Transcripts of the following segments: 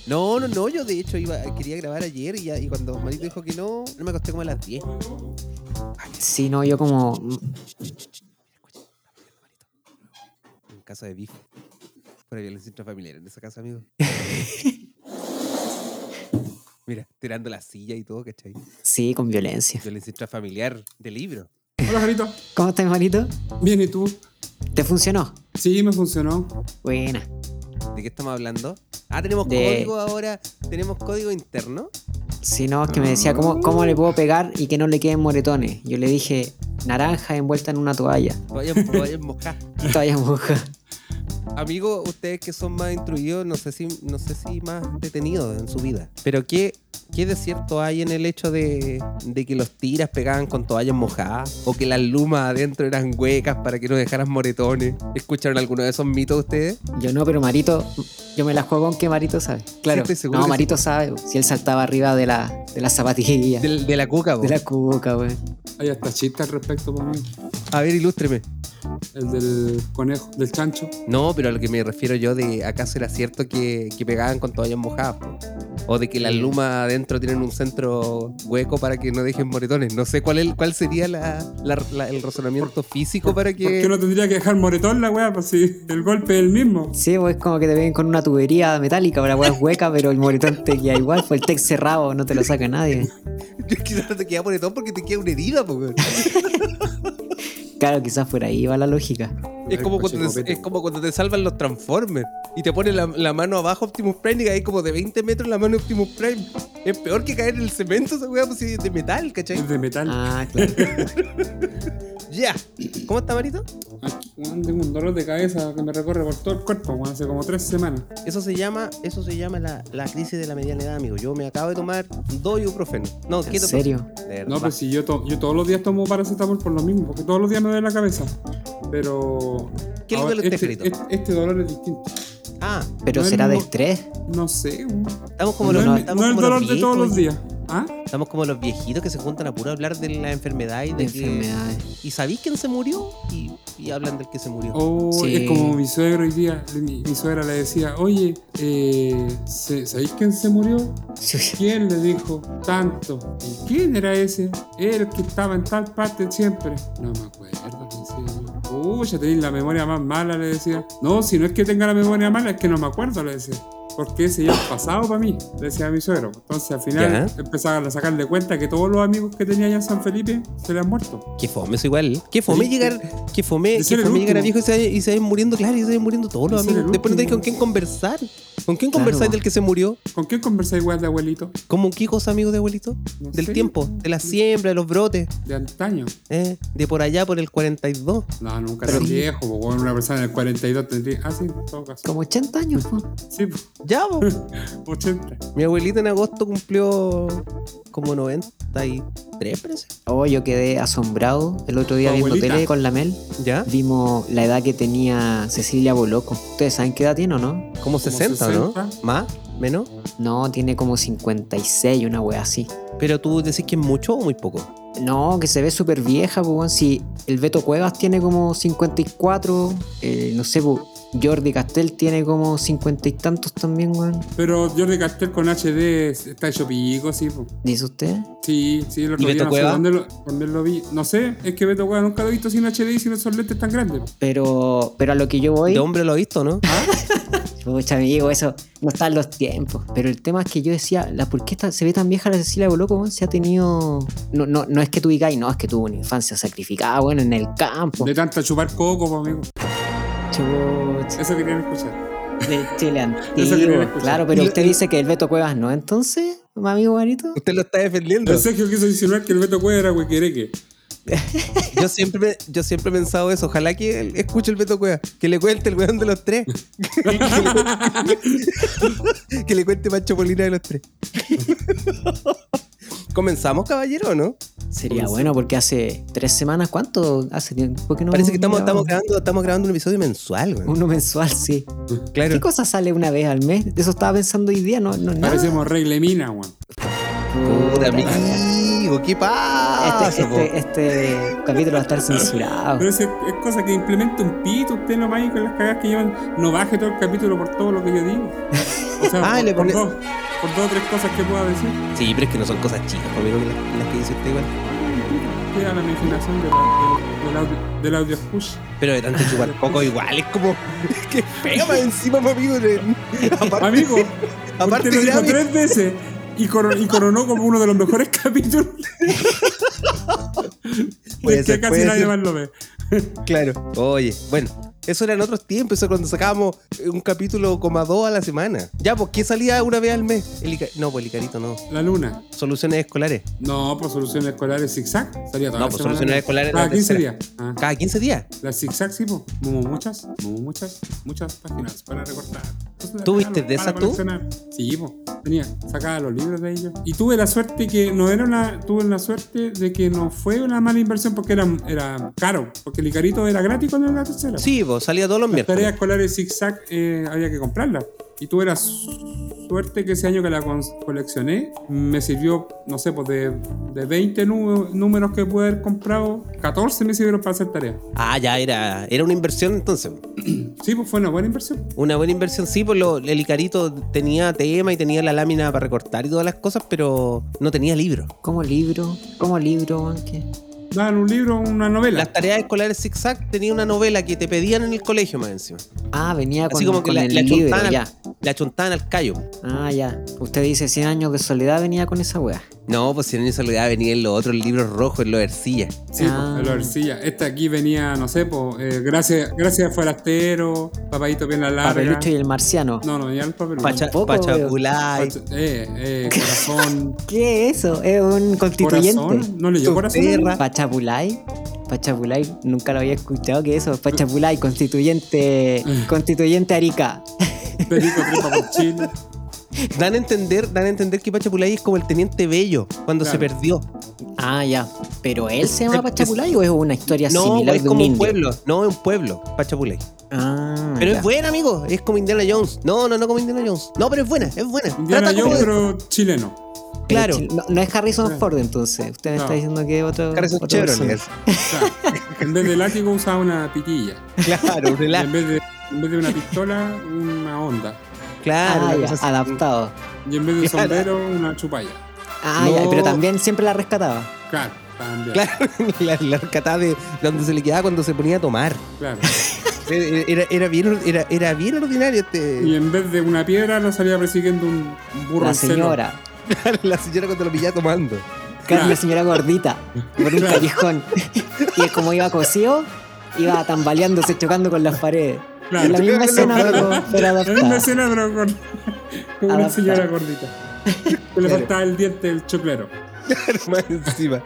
No, yo de hecho quería grabar ayer y cuando Marito dijo que no me acosté como a las 10. Sí, no, yo como... En casa de Biff. Por violencia intrafamiliar en esa casa, amigo. Mira, tirando la silla y todo, ¿cachai? Sí, con violencia. Violencia intrafamiliar de libro. Hola, Jarito. ¿Cómo estás, Marito? Bien, ¿y tú? ¿Te funcionó? Sí, me funcionó. Buena. ¿De qué estamos hablando? Tenemos De- código ahora. Tenemos código interno. Sí, no, es que me decía, ¿cómo le puedo pegar y que no le queden moretones? Yo le dije, naranja envuelta en una toalla. Toalla mojada. Toalla moja. Amigos, ustedes que son más instruidos, no sé si más detenidos en su vida. Pero ¿qué de cierto hay en el hecho de que los tiras pegaban con toallas mojadas? ¿O que las lumas adentro eran huecas para que no dejaran moretones? ¿Escucharon alguno de esos mitos ustedes? Yo no, pero Marito, yo me la juego con que Marito sabe. Claro, estoy seguro no, que Marito sabe, si él saltaba arriba de la zapatilla. De la cuca, De la cuca, güey. Hay hasta chiste al respecto por mí. A ver, ilústreme. El del conejo, del chancho. No, pero a lo que me refiero yo de ¿acaso era cierto que pegaban con toallas mojadas? Po? O de que las lumas adentro tienen un centro hueco para que no dejen moretones. No sé cuál sería el razonamiento físico para que... ¿Por qué no tendría que dejar moretón la weá? Pues si el golpe es el mismo. Sí, pues como que te ven con una tubería metálica, la weá es hueca, pero el moretón te queda igual, pues el tec cerrado, no te lo saca nadie. Quizás no te queda moretón porque te queda una herida, po, weón. Claro, quizás fuera ahí va la lógica. Es como cuando te salvan los Transformers y te ponen la mano abajo Optimus Prime y caes como de 20 metros la mano de Optimus Prime. Es peor que caer en el cemento esa weá, pues si es de metal, ¿cachai? Es de metal. Ah, claro. Ya. ¿Cómo está, Marito? Aquí, weón, tengo un dolor de cabeza que me recorre por todo el cuerpo, weón, hace como 3 semanas. Eso se llama la crisis de la mediana edad, amigo. Yo me acabo de tomar 2 ibuprofeno. No, ¿En serio? De verdad. No, pues si yo todos los días tomo paracetamol por lo mismo, porque todos los días me duele la cabeza. Pero... ¿Qué le duele a usted, Frito? Este dolor es distinto. Pero No es será el de mismo- estrés. No sé, weón. Estamos como No los es el dolor de todos los días. ¿Ah? Estamos como los viejitos que se juntan a puro hablar de la enfermedad y de Enfermedades. ¿Y sabéis quién se murió? Y hablan del que se murió. Oh, Sí. es como mi suegro hoy día. Mi suegra le decía, oye, ¿sabéis quién se murió? ¿Quién? Le dijo, tanto. ¿Y quién era ese? Era el que estaba en tal parte siempre. No me acuerdo, le decía yo. Uy, ya tenéis la memoria más mala, le decía. No, si no es que tenga la memoria mala, es que no me acuerdo, le decía. Porque ese ya es pasado para mí, le decía a mi suegro. Entonces al final empezaban a sacarle cuenta que todos los amigos que tenía allá en San Felipe se le han muerto. Qué fome eso igual. Qué fome Sí, llegar, qué fome de ser el llegar a último. viejo y se vayan muriendo, claro, y se vayan muriendo todos los De ser amigos. el Después no tenés último. con quién conversar. ¿Con quién Claro. conversáis del que se murió? ¿Con quién conversáis igual de abuelito? ¿Cómo qué cosa, amigo de abuelito? No Del sé. tiempo, de la siembra, de los brotes, De antaño. de por allá, por el 42. No, nunca Pero tan sí. viejo, porque bueno, una persona del 42 tendría... Ah, sí, en todo caso. Como 80 años, pues. Sí, pues, Ya, po. 80. Mi abuelita en agosto cumplió como 93, parece. Oh, yo quedé asombrado el otro día Tu viendo abuelita. tele con la Mel. ¿Ya? Vimos la edad que tenía Cecilia Boloco. ¿Ustedes saben qué edad tiene o no? Como 60, ¿no? 60. ¿Más? ¿Menos? No, tiene como 56, una wea así. Pero tú decís que es mucho o muy poco. No, que se ve súper vieja, pues, weón. Si el Beto Cuevas tiene como 54, no sé, pues, Jordi Castell tiene como 50 y tantos también, weón. Pero Jordi Castell con HD está hecho pico, sí, pues. ¿Dice usted? Sí, el otro ¿Y día Beto no sé Cueva? dónde lo vi. No sé, es que Beto Cueva nunca lo he visto sin HD y sin esos lentes tan grandes. Pero a lo que yo voy... De hombre lo he visto, ¿no? Pucha, amigo, eso no está en los tiempos. Pero el tema es que yo decía, ¿por qué se ve tan vieja la Cecilia Boloco, weón? Se ha tenido... No es que tú digas, no, es que tuvo una infancia sacrificada, bueno, en el campo. De tanta chupar coco, pues, amigo. Chucha, Eso querían escuchar. del Chile Eso quería antiguo. escuchar. Claro, pero usted dice que el Beto Cuevas no, entonces, amigo Marito. Usted lo está defendiendo. El Sergio quiso insinuar que el Beto Cueva era huequereque. Yo siempre he pensado eso. Ojalá que él escuche el Beto Cueva. Que le cuente el weón de los tres. Que le cuente Pancho Polina de los tres. ¿Comenzamos, caballero, o no? Sería bueno porque hace 3 semanas, ¿cuánto? Hace tiempo que no... Parece que estamos grabamos. grabando un episodio mensual, weón. Uno mensual, sí. Claro. ¿Qué cosa sale una vez al mes? De eso estaba pensando hoy día, no nada. Parecemos Regle Mina, weón. Puta, amigo, ¿qué pasa? Este capítulo va a estar censurado. Pero es cosa que implementa un pito usted nomás y con las cagadas que llevan no baje todo el capítulo por todo lo que yo digo. O sea, Ah, le por pone- dos o tres cosas que pueda decir. Sí, pero es que no son cosas chicas, amigo, las que dice usted igual. Queda la imaginación del audio push. Pero de tanto chupar poco igual, es como... ¡Qué feo más encima, amigo! Aparte, Amigo, aparte usted lo dijo grave. 3 veces y coronó como uno de los mejores capítulos. Puede Es que ser, casi puede nadie ser. más lo ve. Claro. Oye, bueno, eso era en otros tiempos, eso cuando sacábamos un capítulo como a 2 a la semana. Ya, pues, ¿qué salía una vez al mes? No, pues el Icarito no. La luna. Soluciones escolares. No, pues soluciones escolares zigzag. Salía toda No, la pues semana. soluciones escolares. Cada la 15 tercera. días. Ah. Cada 15 días. Las zigzag, sí, pues. Muchas páginas para recortar. Entonces, ¿Tú regalo, viste de para esas tú? coleccionar. Sí, pues. Sacaba los libros de ellos. Y tuve la suerte de que no fue una mala inversión porque era caro. Porque el Icarito era gratis cuando era la tercera. Sí, pues salía todos los Las miércoles. tareas escolares zigzag había que comprarlas. Y tuve la suerte que ese año que la coleccioné me sirvió, no sé, pues de 20 números que pude haber comprado, 14 me sirvieron para hacer tareas. Ah, ya era una inversión entonces. Sí, pues fue una buena inversión. Una buena inversión, sí, pues el Icarito tenía tema y tenía la lámina para recortar y todas las cosas, pero no tenía libro. ¿Cómo libro? weón? ¿Qué? Daban un libro, una novela. Las tareas escolares zigzag tenía una novela que te pedían en el colegio más encima. Ah, venía con, Así como que con la el libro, achuntaban ya. le achuntaban al callo. Ah, ya. Usted dice 100 años de soledad venía con esa wea. No, pues si en esa soledad venía en los otros libros rojos, en los Ercilla. Sí, Ah. pues, la arcilla. Esta aquí venía, no sé, pues, gracias forastero, papadito bien la larga. Papelucho y el marciano. No, venía el papelucho. Tampoco, Pachapulay. Corazón. ¿Qué es eso? Es un constituyente. Corazón. ¿No leyó corazón? Perra. Pachapulay. Pachapulay, nunca lo había escuchado. ¿Qué es eso? Pachapulay, constituyente Arica. Perico trepa por Chile. Dan a entender que Pachapulay es como el teniente Bello cuando Claro. se perdió. Ah, ya. ¿Pero él se llama Pachapulay o es una historia No, similar es de un como un indio? pueblo. No, es un pueblo, Pachapulay. Ah, Pero ya. es buena, amigo. Es como Indiana Jones. No como Indiana Jones. No, pero es buena. Indiana Trata como Jones, de- pero chileno. Claro. No es Harrison Claro. Ford entonces. Usted me No. está diciendo que es otro. Harrison otra Chevrolet. persona. Claro. En vez de látigo usaba una pitilla. Claro, Y en vez de una pistola, una onda. claro. Ah, una ya, cosa así. adaptado. Y en vez de un Claro. sombrero, una chupalla. Ah, No. ya, pero también siempre la rescataba. Claro, también. Claro, la rescatada de donde se le quedaba cuando se ponía a tomar. Claro. Era bien ordinario este. Y en vez de una piedra, lo salía persiguiendo un burro La en celo. señora. La señora cuando lo pillaba tomando. Claro, la Claro. señora gordita. Por un Claro. callejón. Y como iba cosido, iba tambaleándose, chocando con las paredes. Claro. Es la misma escena, pero La misma adaptada. escena, pero con una Adaptada. señora gordita. Que le Claro. faltaba el diente del choclero. Más encima.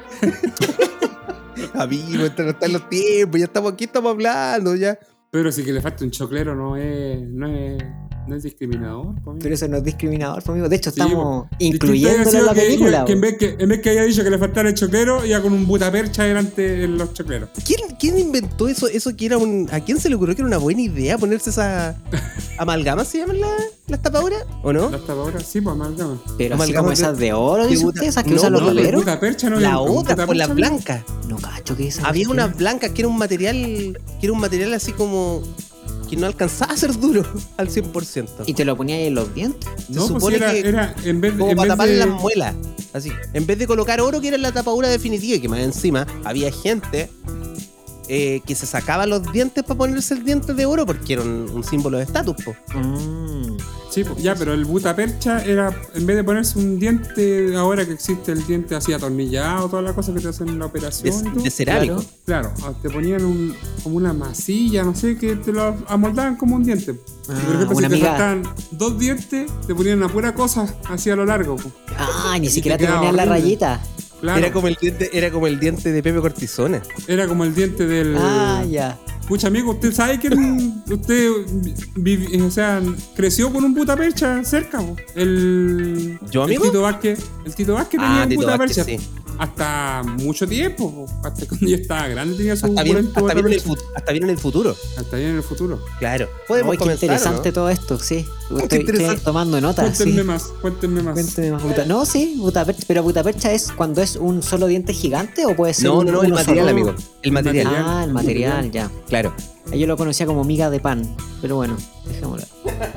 Amigo, no están los tiempos, ya estamos aquí, estamos hablando, ya. Pero si que le falta un choclero no es discriminador. po, amigo. Pero eso no es discriminador, pues, amigo. De hecho, Sí, estamos po. Distinto incluyéndolo hubiera en sido la película. que en vez que haya dicho que le faltara el choclero, iba con un butapercha delante en los chocleros. ¿Quién inventó eso? Eso que era ¿A quién se le ocurrió que era una buena idea ponerse esa amalgama, se llaman las tapaduras? ¿O no? Las tapaduras, sí, pues amalgama. Pero así Amalgama como de- esas de oro, dice de usted, esas que no, usan los no, de raperos. Butapercha no La un otra, por las butapercha, blancas. No cacho que esas. Había unas blancas que era un material así como que no alcanzaba a ser duro al 100%. ¿Y te lo ponías ahí en los dientes? No, se pues supone sí, que era en vez como en para vez tapar de- las muelas, así. En vez de colocar oro, que era la tapadura definitiva, y que más encima había gente que se sacaba los dientes para ponerse el diente de oro porque era un símbolo de estatus, po. Sí, pues, ya, pero el butapercha era, en vez de ponerse un diente, ahora que existe el diente así atornillado, toda la cosa que te hacen en la operación y todo. De cerámico. Claro, te ponían como una masilla, no sé, que te lo amoldaban como un diente. Ah, y por ejemplo, si una te miga. faltaban 2 dientes, te ponían una pura cosa así a lo largo. Pues. Ah, ni Y siquiera te te quedaba ponían la horrible. rayita. Claro, Era como el diente de Pepe Cortisona. era como el diente del... Ah, ya. Pucha, amigo, usted sabe que usted o sea, creció con un butapercha cerca, po. ¿Yo, amigo? El Tito Vázquez tenía un Tito butapercha Vázquez, sí. hasta mucho tiempo, po. Hasta cuando ya estaba grande tenía su Hasta bien en butapercha. el futuro. Hasta bien en el futuro. Claro. Podemos Uy, qué comenzar, interesante ¿o no? todo esto, sí. Estoy interesante. tomando notas, Cuéntenme sí. más, cuéntenme más. Cuénteme más. No, sí, butapercha. Pero butapercha es cuando es un solo diente gigante o puede ser No, el uno material, solo? amigo. El material. Ah, el material, ya. Claro. Yo lo conocía como miga de pan, pero bueno, dejémoslo.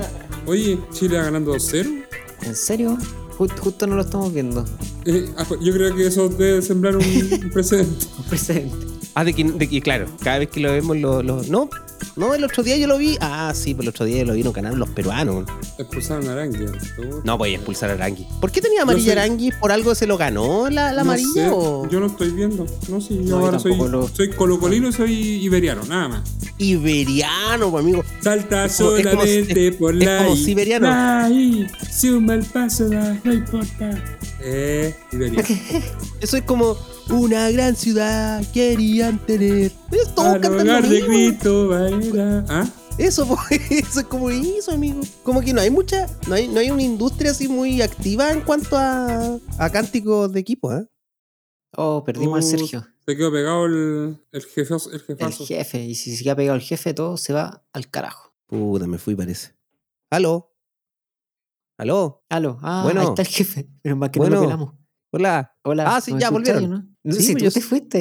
Oye, Chile va ganando 2-0. ¿En serio? Justo no lo estamos viendo. Yo creo que eso debe sembrar un precedente. Un precedente. De que, claro, cada vez que lo vemos No, el otro día yo lo vi. Ah, sí, pues el otro día lo vi, no ganaron los peruanos. Expulsaron a Arangui. No, voy a expulsar a Arangui. ¿Por qué tenía amarilla Arangui? ¿Por algo se lo ganó la amarilla? Sé, o? yo no estoy viendo. No, sí, yo ahora soy colocolino y soy iberiano, nada más. Iberiano, pues, amigo. Salta solamente por la como siberiano. Suma el paso, no importa. Iberiano. Eso es como una gran ciudad querían tener. Es todo cantando de grito, ¿Ah? Eso es como eso, amigo. Como que no hay una industria así muy activa en cuanto a cánticos de equipo, ¿eh? Oh, perdimos al Sergio. Se quedó pegado el jefazo. El jefe, y si se queda pegado el jefe, todo se va al carajo. Puta, me fui, parece. ¿Aló? Bueno. Ahí está el jefe, pero más que no lo pelamos. Hola. Ah, sí, ya volvieron. ¿No? Sí, si tú te fuiste.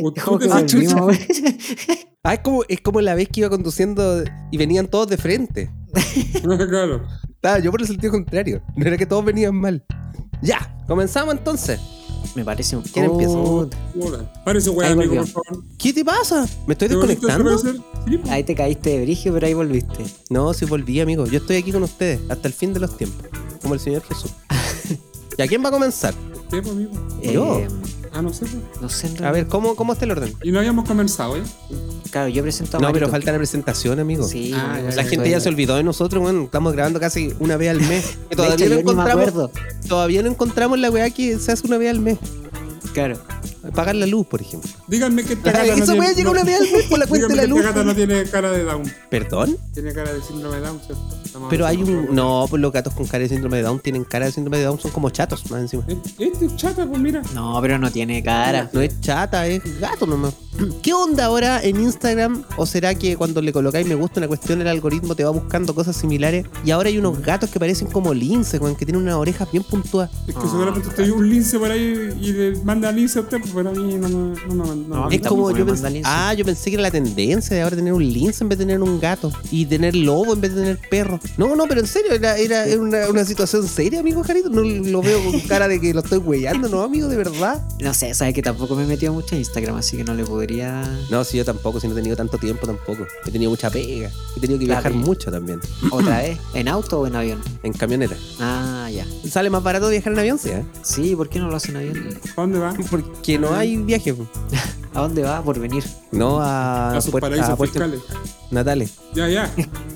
Es como la vez que iba conduciendo y venían todos de frente. Claro. Yo por el sentido contrario. No era que todos venían mal. Ya, comenzamos entonces. Me parece un... ¿Quién empieza? Parece weá, amigo, por favor. ¿Qué te pasa? ¿Me estoy desconectando? Ahí te caíste de brigio, pero ahí volviste. No, sí volví, amigo. Yo estoy aquí con ustedes hasta el fin de los tiempos. Como el Señor Jesús. ¿Y a quién va a comenzar? ¿Qué, amigo? Yo. No sé, pues. No sé, en realidad. A ver, ¿cómo está el orden? Y no habíamos comenzado, ¿eh? Claro, yo presento a No, Marito. pero falta la presentación, amigo. Sí, la gente ya se olvidó de nosotros, bueno, estamos grabando casi una vez al mes. Que de hecho, todavía no encontramos la weá que se hace una vez al mes. Claro. Pagar la luz, por ejemplo. Díganme que esta gata eso no puede llegar una vez al mes por la cuenta de la luz. Esta gata no tiene cara de Down. ¿Perdón? Tiene cara de síndrome de Down, ¿cierto? Pero hay un... No, pues los gatos con cara de síndrome de Down tienen cara de síndrome de Down, son como chatos más encima. Este es chata, pues mira. No, pero no tiene cara. No es chata, es gato nomás. ¿Qué onda ahora en Instagram? ¿O será que cuando le colocáis me gusta una cuestión el algoritmo te va buscando cosas similares? Y ahora hay unos gatos que parecen como lince, que tienen unas orejas bien puntuadas. Es que seguramente estoy un lince por ahí y le manda lince a usted, pues para mí no es como yo pensé que era la tendencia de ahora tener un lince en vez de tener un gato y tener lobo en vez de tener perro. No, pero en serio, era una situación seria, amigo Jarito. No lo veo con cara de que lo estoy huellando, ¿no, amigo? De verdad. No sé, sabes que tampoco me he metido mucho en Instagram, así que no le podría... No, sí, yo tampoco, si no he tenido tanto tiempo tampoco. He tenido mucha pega, he tenido que viajar mucho también. ¿Otra vez? ¿En auto o en avión? En camioneta. Ah, ya. ¿Sale más barato viajar en avión, sí? Sí, ¿por qué no lo hacen en avión? ¿A dónde va? Porque no hay viaje. ¿A dónde va? Por venir. No, a sus paraísos fiscales. Natales. Ya.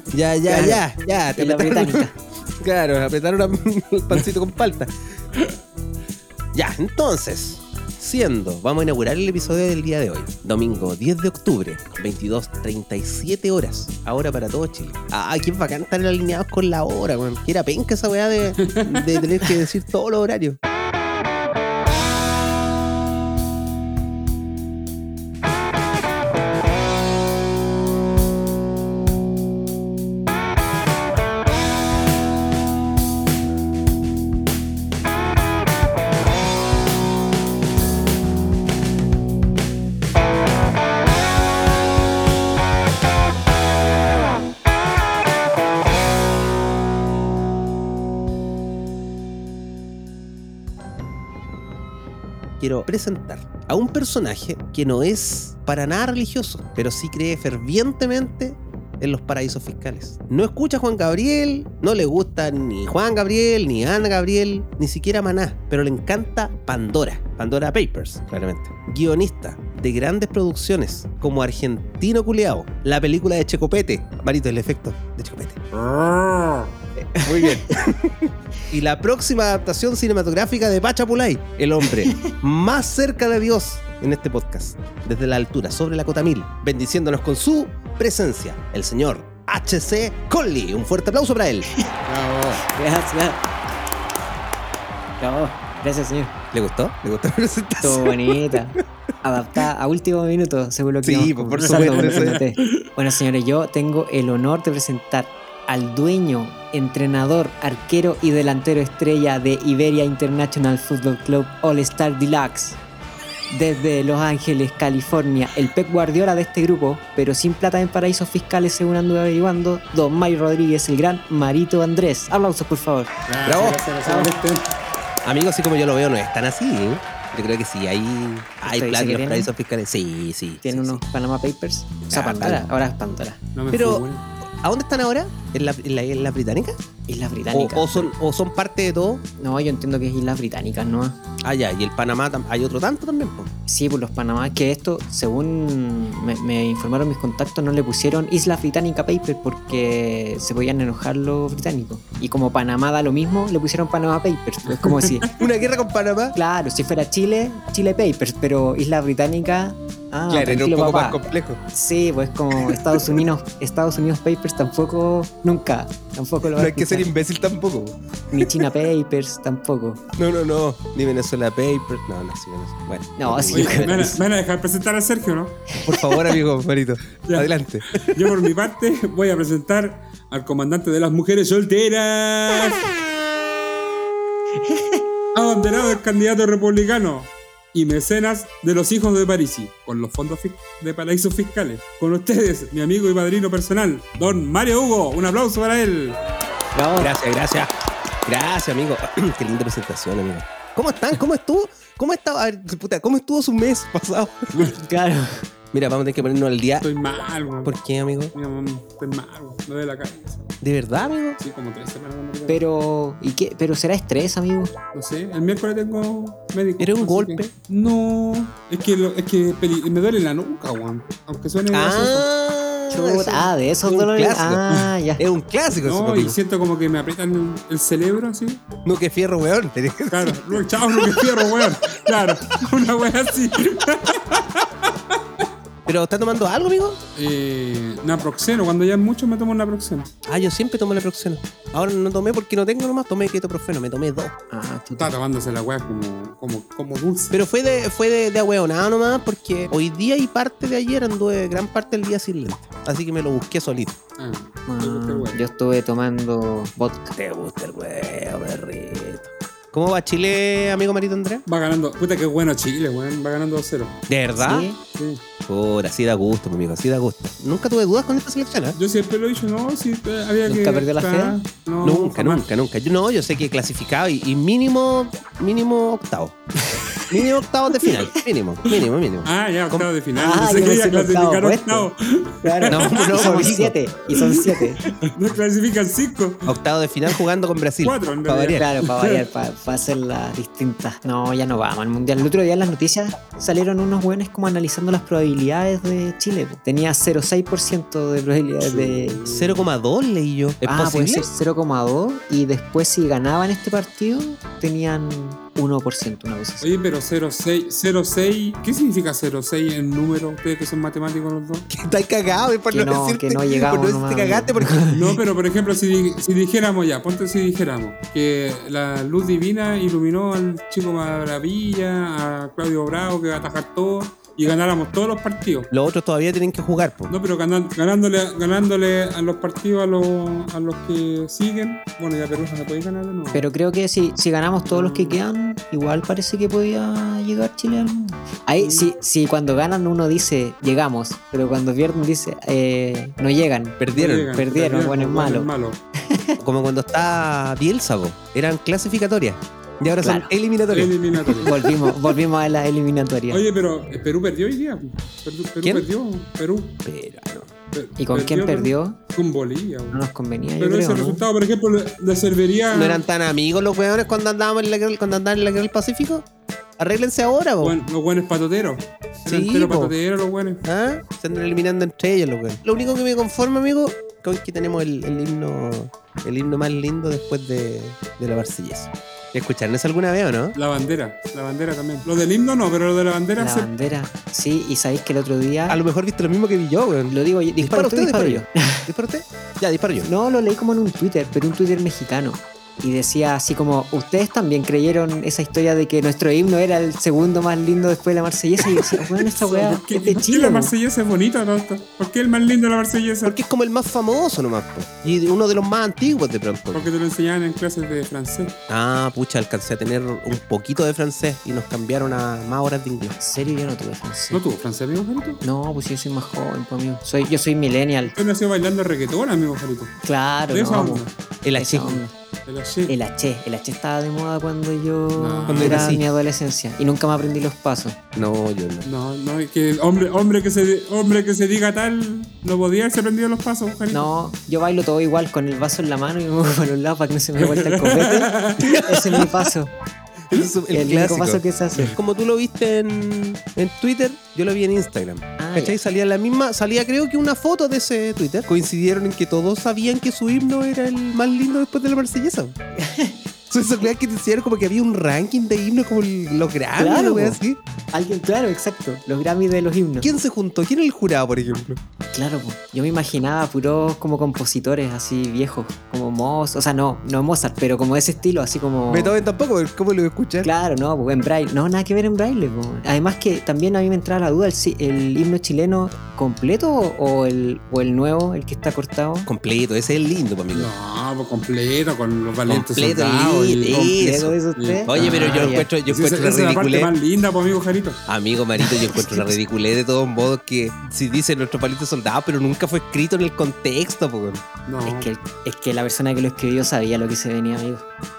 Te la británica. Claro, apretaron el pancito con palta. Ya, entonces, vamos a inaugurar el episodio del día de hoy. Domingo 10 de octubre, 22:37 horas. Ahora para todo Chile. Qué bacán estar alineados con la hora, weón. Que era penca esa weá de tener que decir todos los horarios. Quiero presentar a un personaje que no es para nada religioso, pero sí cree fervientemente en los paraísos fiscales. No escucha a Juan Gabriel, no le gusta ni Juan Gabriel, ni Ana Gabriel, ni siquiera Maná, pero le encanta Pandora Papers, claramente. Guionista de grandes producciones como Argentino Culeado, la película de Checopete, Marito, el efecto de Checopete. Muy bien. Y la próxima adaptación cinematográfica de Pachapulay, el hombre más cerca de Dios en este podcast, desde la altura, sobre la cota 1000, bendiciéndonos con su presencia, el señor H.C. Conley. Un fuerte aplauso para él. Gracias. Bravo. Gracias, señor. ¿Le gustó la presentación? Estuvo bonita. Adaptada a último minuto, según lo que sí, por supuesto. Bueno, señores, yo tengo el honor de presentar al dueño, entrenador, arquero y delantero estrella de Iberia International Football Club All Star Deluxe, Desde Los Ángeles, California, el Pep Guardiola de este grupo, pero sin plata en paraísos fiscales, según anduve averiguando, Don Mario Rodríguez, el gran Marito Andrés. Aplausos, por favor. Bravo. Gracias. Amigo, así como yo lo veo, no es tan así, ¿eh? Yo creo que sí, hay ¿Usted plata dice en que los tiene? paraísos fiscales. Sí. Tiene sí, unos Panama Papers. O sea, Ah, Pandora. vale. Ahora es Pandora. No me Pero, fue, güey. ¿a dónde están ahora? ¿En la isla británica? Islas Británicas. ¿O son parte de todo? No, yo entiendo que es Islas Británicas, ¿no? Ah, ya, y el Panamá hay otro tanto también, po. Sí, pues los Panamá, que esto, según me informaron mis contactos, no le pusieron Islas Británica Paper porque se podían enojar los británicos. Y como Panamá da lo mismo, le pusieron Panama Papers. Es como si, ¿Una guerra con Panamá? claro, si fuera Chile, Chile Papers, pero Islas Británica. Ah, Claro, era un tranquilo, poco papá. más complejo. Sí, pues como Estados Unidos Papers tampoco, tampoco lo No va a hay que ser escuchar. imbécil tampoco. Ni China Papers tampoco. No. Ni Venezuela Papers. No, sí, Venezuela. Bueno. No, sí, Oye, yo creo ¿me que van a dejar presentar a Sergio, no? Por favor, amigo, Marito. Ya. Adelante. Yo por mi parte voy a presentar al comandante de las mujeres solteras. Abanderado del candidato republicano y mecenas de los hijos de Parisi, con los fondos de paraísos fiscales. Con ustedes, mi amigo y padrino personal, don Mario Hugo. Un aplauso para él. Bravo. Gracias. Gracias, amigo. Qué linda presentación, amigo. ¿Cómo están? ¿Cómo estuvo? ¿Cómo estuvo su mes pasado? Claro. Mira, vamos a tener que ponernos al día. Estoy mal, güey. ¿Por qué, amigo? Mira, mamá, estoy mal, güey. Me duele la cabeza. ¿De verdad, amigo? Sí, como 3 semanas. No, me duele. Pero, ¿y qué? ¿Pero será estrés, amigo? No sé, el miércoles tengo médico. ¿Era un así golpe? que- No, es que me duele la nuca, weón. Aunque suene gracioso. Chuta, de esos es un dolores. clásico. Ah, ya. Es un clásico eso, No, y amigo. siento como que me aprietan el cerebro así. No, que fierro, weón. Claro, luego, chao, lo que fierro, weón. Claro, una wea así. ¿Pero está tomando algo, amigo? Naproxeno, cuando ya es mucho me tomo un naproxeno. Ah, yo siempre tomo la Proxeno. Ahora no tomé porque no tengo nomás. Tomé ketoprofeno, me tomé 2. Ah, chuta. Está tomándose la wea como dulce. Pero fue de ahueonado nomás porque hoy día y parte de ayer anduve gran parte del día sin lente. Así que me lo busqué solito. Ah, me gusta el weón. Yo estuve tomando vodka. Te gusta el huevo, perrito. ¿Cómo va Chile, amigo Marito Andrés? Va ganando, puta que bueno Chile, weón. Va ganando 2-0. ¿De verdad? ¿Sí? Sí. Pura, así da gusto, mi amigo, así da gusto. Nunca tuve dudas con esta selección, ¿eh? Yo siempre lo he dicho, no, sí, había que. ¿Nunca perdió la estar- fe? No, Nunca. jamás. Yo sé que he clasificado y mínimo octavo. Mínimo octavos de final. Mínimo. Ah, ya, octavo de final. Ah, Pensé yo que iba a pensé que clasificar octavo octavo. Claro. No, y son amigo. 7. Y son 7. No clasifican 5. Octavo de final jugando con Brasil. 4 en Pa' realidad. variar. Claro, para variar, para hacerlas distintas. No, ya no vamos al mundial. El otro día en las noticias salieron unos buenos como analizando las probabilidades de Chile. Po. Tenía 0,6% de probabilidades de. 0,2 leí yo. ¿Es Puede posible? ser 0,2. Y después, si ganaban este partido, tenían 1%, una cosa así. Oye, pero 0,6. ¿Qué significa 0,6 en número? Ustedes que son matemáticos los dos. Que estáis cagado, por Que no no, decirte. que no llegamos Por no decirte nomás, cagaste amigo. porque. No, pero por ejemplo, si dijéramos ya, ponte si dijéramos que la luz divina iluminó al Chico Maravilla, a Claudio Bravo, que va a atajar todo, y ganáramos todos los partidos. Los otros todavía tienen que jugar, po. No, pero ganándole a los partidos a los que siguen. Bueno, ya Perú no puede ganar de nuevo. Pero creo que si ganamos todos los que quedan, igual parece que podía llegar Chile al mundo. Ahí, si cuando ganan uno dice llegamos, pero cuando pierden dice no llegan. Perdieron. Perdieron, bueno, es malo. Como cuando está Bielsa, po. Eran clasificatorias. Y ahora son Claro. eliminatorias. Eliminatorio. Volvimos a la eliminatoria. Oye, pero Perú perdió hoy día. Perú ¿Quién? perdió. Perú. Pero no. ¿Y con quién perdió? Con Bolivia. No nos convenía, yo Pero creo, ese ¿no? resultado, por ejemplo, le serviría. ¿No eran tan amigos los weones cuando andaban en la guerra del Pacífico? Arréglense ahora, po. Los buenos patoteros. Sí, Eran entero po. patoteros los buenos. ¿Ah? Se andan eliminando entre ellos los weones. Lo único que me conforma, amigo, es que tenemos el himno más lindo después de la Marsellesa. ¿Escucharon eso alguna vez o no? La bandera también. Lo del himno no, pero lo de la bandera La se- bandera. Sí, y sabéis que el otro día. A lo mejor viste lo mismo que vi yo, weón. Lo digo, dispara usted, disparo yo. ¿Dispara usted? Ya, disparo yo. No, lo leí como en un Twitter, pero un Twitter mexicano. y decía así como, ¿ustedes también creyeron esa historia de que nuestro himno era el segundo más lindo después de la Marsellesa? Y yo decía, bueno, esta weá ¿Por qué, es de por qué Chile. la po. Marsellesa es bonita, tonto? ¿Por qué el más lindo de la Marsellesa? Porque es como el más famoso nomás, po. Y uno de los más antiguos de pronto. Porque te lo enseñaban en clases de francés. Ah, pucha, alcancé a tener un poquito de francés y nos cambiaron a más horas de inglés. En serio, yo no tuve francés. ¿No tuvo francés, amigo Jarito? No, pues yo soy más joven, pues, amigo. Yo soy millennial. Usted nació bailando reggaetón, amigo Jarito. Claro, De esa no, onda. pues, El esa H. onda. El H. El H estaba de moda cuando yo Cuando era nací. mi adolescencia y nunca me aprendí los pasos. No, yo no. No, es que hombre que se diga tal, no podía haberse aprendido los pasos, Jarito. No, yo bailo todo igual con el vaso en la mano y me muevo para los lados para que no se me vuelta el copete. Ese es mi paso. Ese es el único clásico. paso que se hace. Como tú lo viste en Twitter, yo lo vi en Instagram. Ah, ¿Cachai? Salía creo que una foto de ese Twitter. Coincidieron en que todos sabían que su himno era el más lindo después de la Marsellesa. Eso claro que te hicieron como que había un ranking de himnos como los Grammy, Claro, una wea po. así. Alguien, claro, exacto. Los Grammys de los himnos. ¿Quién se juntó? ¿Quién era el jurado, por ejemplo? Claro, po. Yo me imaginaba puros como compositores así viejos, como Mozart, o sea, no Mozart, pero como de ese estilo, así como... Beethoven tampoco, ¿cómo lo voy a escuchar? Claro, no, pues en braille. No, nada que ver en braille. Po. Además que también a mí me entraba la duda, ¿el himno chileno completo o el nuevo, el que está cortado? Completo, ese es el lindo, pues, amigo. No, pues completo, con los valientes Completo, soldados. y- ¿Completo eso. dice usted? Oye, pero yo Ah, ya. encuentro Esa es la la parte ridiculez. más linda, pues, amigo Jarito. Amigo Marito, yo encuentro la ridiculez de todos modos que si dice nuestro palito soldado, pero nunca fue escrito en el contexto, pues. No. Es que la persona que lo escribió sabía lo que se venía, amigo.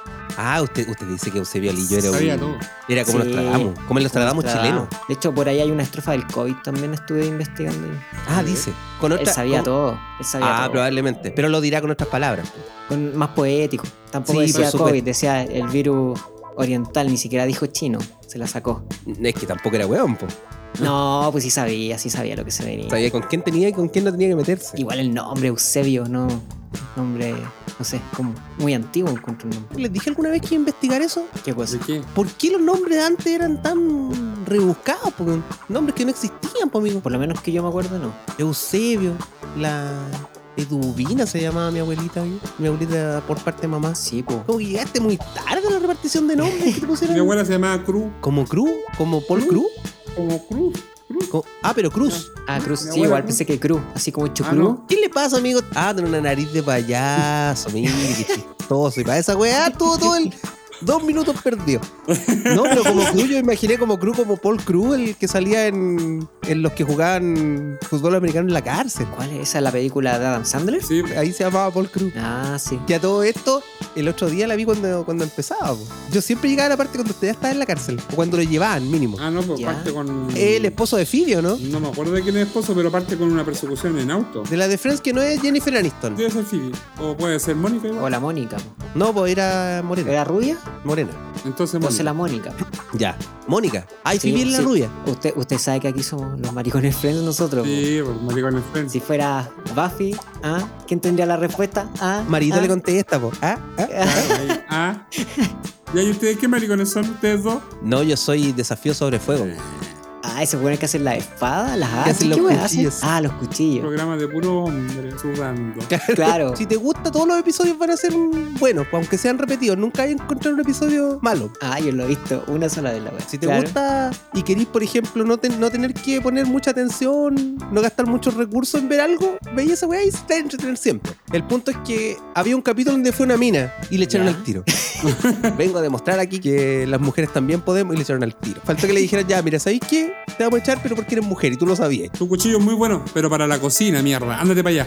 Ah, usted dice que Eusebio Alillo era Sabía un- todo. Era como Sí, Nostradamus, como el Nostradamus chileno. De hecho, por ahí hay una estrofa del COVID también estuve investigando. Ah, dice. Con Él otra, sabía con- todo. Él sabía Ah, todo. probablemente. Pero lo dirá con otras palabras. Con más poético. Tampoco Sí, decía por supuesto. COVID, decía el virus oriental, ni siquiera dijo chino. Se la sacó. Es que tampoco era hueón, po. No, pues sí sabía lo que se venía. Sabía con quién tenía y con quién no tenía que meterse. Igual el nombre, Eusebio, no. Nombre, no sé, como muy antiguo encuentro un nombre. ¿Les dije alguna vez que iba a investigar eso? ¿Qué cosa? ¿De qué? ¿Por qué los nombres de antes eran tan rebuscados? Porque nombres que no existían, po, amigo. Por lo menos que yo me acuerdo, no. Eusebio, la Eduvina se llamaba mi abuelita, amigo. Mi abuelita por parte de mamá. Sí, pues. Como que llegaste muy tarde a la repartición de nombres que te pusieron. Mi abuela se llamaba Cruz. ¿Como Cruz? ¿Como Paul Cruz? Como Cruz. Ah, pero Cruz. Ah, Cruz, Mi sí, abuela igual Cruz. pensé que Cruz, así como hecho Ah, Cruz. no. ¿Qué le pasa, amigo? Ah, tiene una nariz de payaso, mire, qué chistoso. Y para esa weá tuvo todo el 2 minutos perdidos. No, pero como Cruz, yo imaginé como Cruz, como Paul Cruz, el que salía en los que jugaban fútbol americano en la cárcel. ¿Cuál es esa? ¿La película de Adam Sandler? Sí, Ahí se llamaba Paul Cruz. Ah, sí. Y a todo esto, el otro día la vi cuando empezaba. Po. Yo siempre llegaba a la parte cuando usted ya estaba en la cárcel. O cuando lo llevaban, mínimo. Ah, no, pues Ya. parte con. El esposo de Phoebe, ¿o ¿no? No me acuerdo de quién es esposo, pero parte con una persecución en auto. De la de Friends, que no es Jennifer Aniston. Debe ser Phoebe. O puede ser Mónica igual. O la Mónica. po. No, pues era Morena. ¿Era rubia? Morena. Entonces Entonces Mónica. la Mónica. Ya. Mónica. Ay, Sí, Phoebe es la sí. rubia. Usted sabe que aquí somos los maricones friends nosotros. po. Sí, pues maricones friends. Si fuera Buffy, ¿ah? ¿Quién tendría la respuesta? ¿Ah? Marito ¿Ah? le contesta, po. ¿Ah? ¿Ah? Ah. ¿Y ahí ustedes qué maricones son? ¿Ustedes dos? No, yo soy Desafío sobre Fuego. Ah, ese bueno que hacen la espada, las Que armas. hacen ¿Qué los weá hacen? cuchillos. Ah, los cuchillos. Programa de puro hombre sudando. Claro. Si te gusta, todos los episodios van a ser buenos, pues, aunque sean repetidos. Nunca hay encontrar un episodio malo. Ah, yo lo he visto una sola vez la wea. Si te Claro. gusta y querís, por ejemplo, no tener que poner mucha atención, no gastar muchos recursos en ver algo, veis esa weá y se te va a entretener siempre. El punto es que había un capítulo donde fue una mina y le echaron Ya. al tiro. Vengo a demostrar aquí que las mujeres también podemos y le echaron al tiro. Faltó que le dijeran, ya, mira, ¿sabéis qué? Te vamos a echar, pero porque eres mujer y tú lo sabías. Tu cuchillo es muy bueno, pero para la cocina, mierda. Ándate para allá.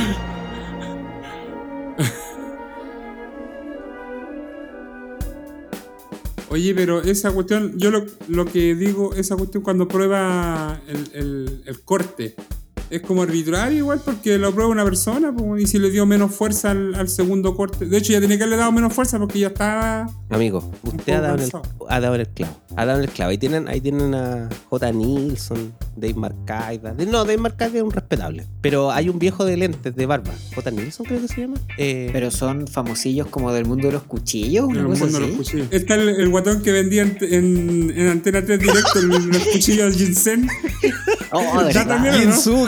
Oye, pero esa cuestión, yo lo que digo, esa cuestión cuando prueba el corte, es como arbitrario igual porque lo prueba una persona, pues, y si le dio menos fuerza al segundo corte. De hecho, ya tenía que haberle dado menos fuerza porque ya estaba. Amigo, usted ha dado, ha dado en el clavo. Ha dado en el clavo. Ahí tienen a J. Nilsson, Dave Marcaida. No, Dave Marcaida es un respetable. Pero hay un viejo de lentes, de barba. J. Nilsson creo que se llama. Pero son famosillos como del mundo de los cuchillos, En una el cosa mundo de así. los cuchillos. Está el guatón que vendía en Antena 3 directo los cuchillos ginseng. Oh, de Ya verdad. también, ¿no? Ginsu,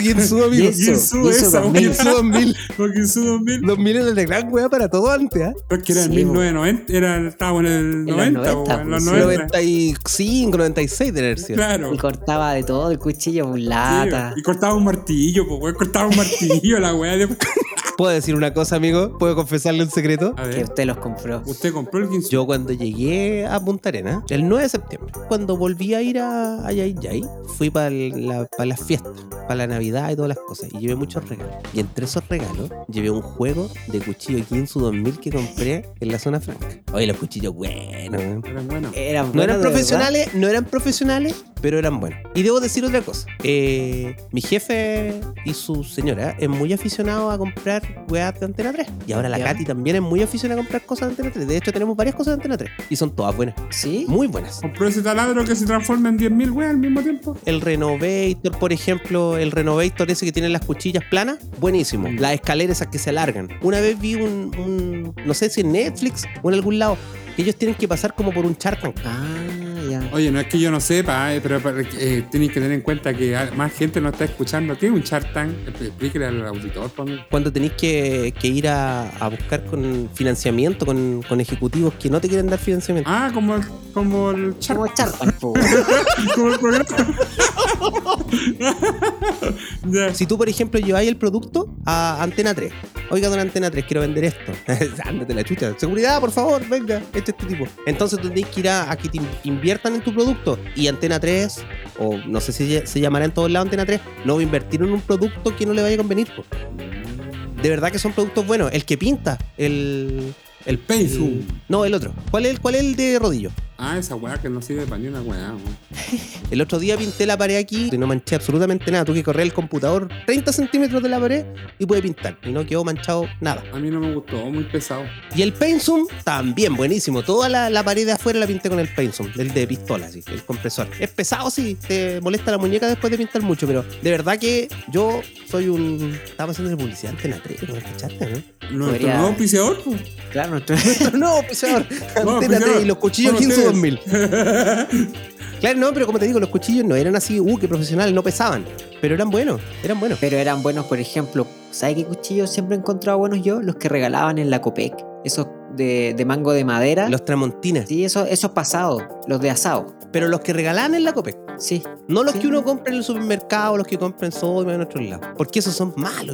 Ginsu, amigo. Ginsu, esa, weón. Ginsu 2000. Porque Ginsu 2000. 2000 era la gran weá para todo antes, ¿ah? Porque era el Sí, 1990, estábamos en el 90, los 90, en los sí. 90. 95, 96 de haber sido. Claro. Y cortaba de todo, el cuchillo, un lata. Sí, y cortaba un martillo, pues, weón. Cortaba un martillo, la weá. ¿Puedo decir una cosa, amigo? ¿Puedo confesarle un secreto? A Que ver, usted los compró. usted compró el Ginsu. Yo cuando llegué a Punta Arenas, el 9 de septiembre, cuando volví a ir a Yay Yay, fui para las fiestas, para la Navidad y todas las cosas, y llevé muchos regalos. Y entre esos regalos, llevé un juego de cuchillo Ginsu 2000 que compré en la zona franca. Oye, los cuchillos buenos, weón. Eran buenos. Eran No buenos, eran de profesionales, no eran profesionales, pero eran buenos. Y debo decir otra cosa. Mi jefe y su señora es muy aficionado a comprar weas de Antena 3. Y ahora la Ya. Katy también es muy aficionada a comprar cosas de Antena 3. De hecho, tenemos varias cosas de Antena 3. Y son todas buenas. verdad. ¿Sí? Muy buenas. Compró ese taladro que se transforma en 10.000 weas al mismo tiempo. El Renovator, por ejemplo, el Renovator ese que tiene las cuchillas planas, buenísimo. Las escaleras esas que se alargan. Una vez vi no sé si en Netflix o en algún lado, que ellos tienen que pasar como por un Shark Tank. Ah, ya. Oye, no es que yo no sepa, pero tenéis que tener en cuenta que más gente nos está escuchando. ¿Qué es un Shark Tank? Explíquele al auditor, por mí. Cuando tenéis que ir a buscar con financiamiento con ejecutivos que no te quieren dar financiamiento. Ah, como el Shark Como charpan, po. como el programa. Ya. Si tú, por ejemplo, lleváis el producto a Antena 3. Oiga, don Antena 3, quiero vender esto. Ándate la chucha. Seguridad, por favor, venga, este tipo. Entonces tú tenés que ir a que te inviertan en tu producto. Y Antena 3, o no sé si se llamará en todos lados Antena 3, no va a invertir en un producto que no le vaya a convenir, po. De verdad que son productos buenos. El que pinta, el Painful. No, el otro. ¿Cuál es el de rodillo? Ah, esa weá que no sirve para ni una weá, weón. El otro día pinté la pared aquí y no manché absolutamente nada. Tuve que correr el computador 30 centímetros de la pared y pude pintar. Y no quedó manchado nada. A mí no me gustó, muy pesado. Y el Paintsum también buenísimo. Toda la pared de afuera la pinté con el Paintsum, el de pistola, así, el compresor. Es pesado, sí, te molesta la muñeca después de pintar mucho, pero de verdad que yo soy un... Estaba haciendo publicidad Antena 3, ¿no escuchaste, no? Nuestro Podría- nuevo auspiciador, pues. Claro, nuestro... No, pesador. No, Antena 3 pesador. y los cuchillos Con Ginsu ustedes. 2000. Claro, no, pero como te digo, los cuchillos no eran así, que profesionales, no pesaban. Pero eran buenos, eran buenos. Pero eran buenos, por ejemplo, ¿sabes qué cuchillos siempre he encontrado buenos yo? Los que regalaban en la Copec. Esos de mango de madera. Los Tramontinas. Sí, esos pasados, los de asado. Pero los que regalaban en la Copec. Sí. No los Sí. que uno compra en el supermercado, los que compra en Sodoma en otros lados. Porque esos son malos.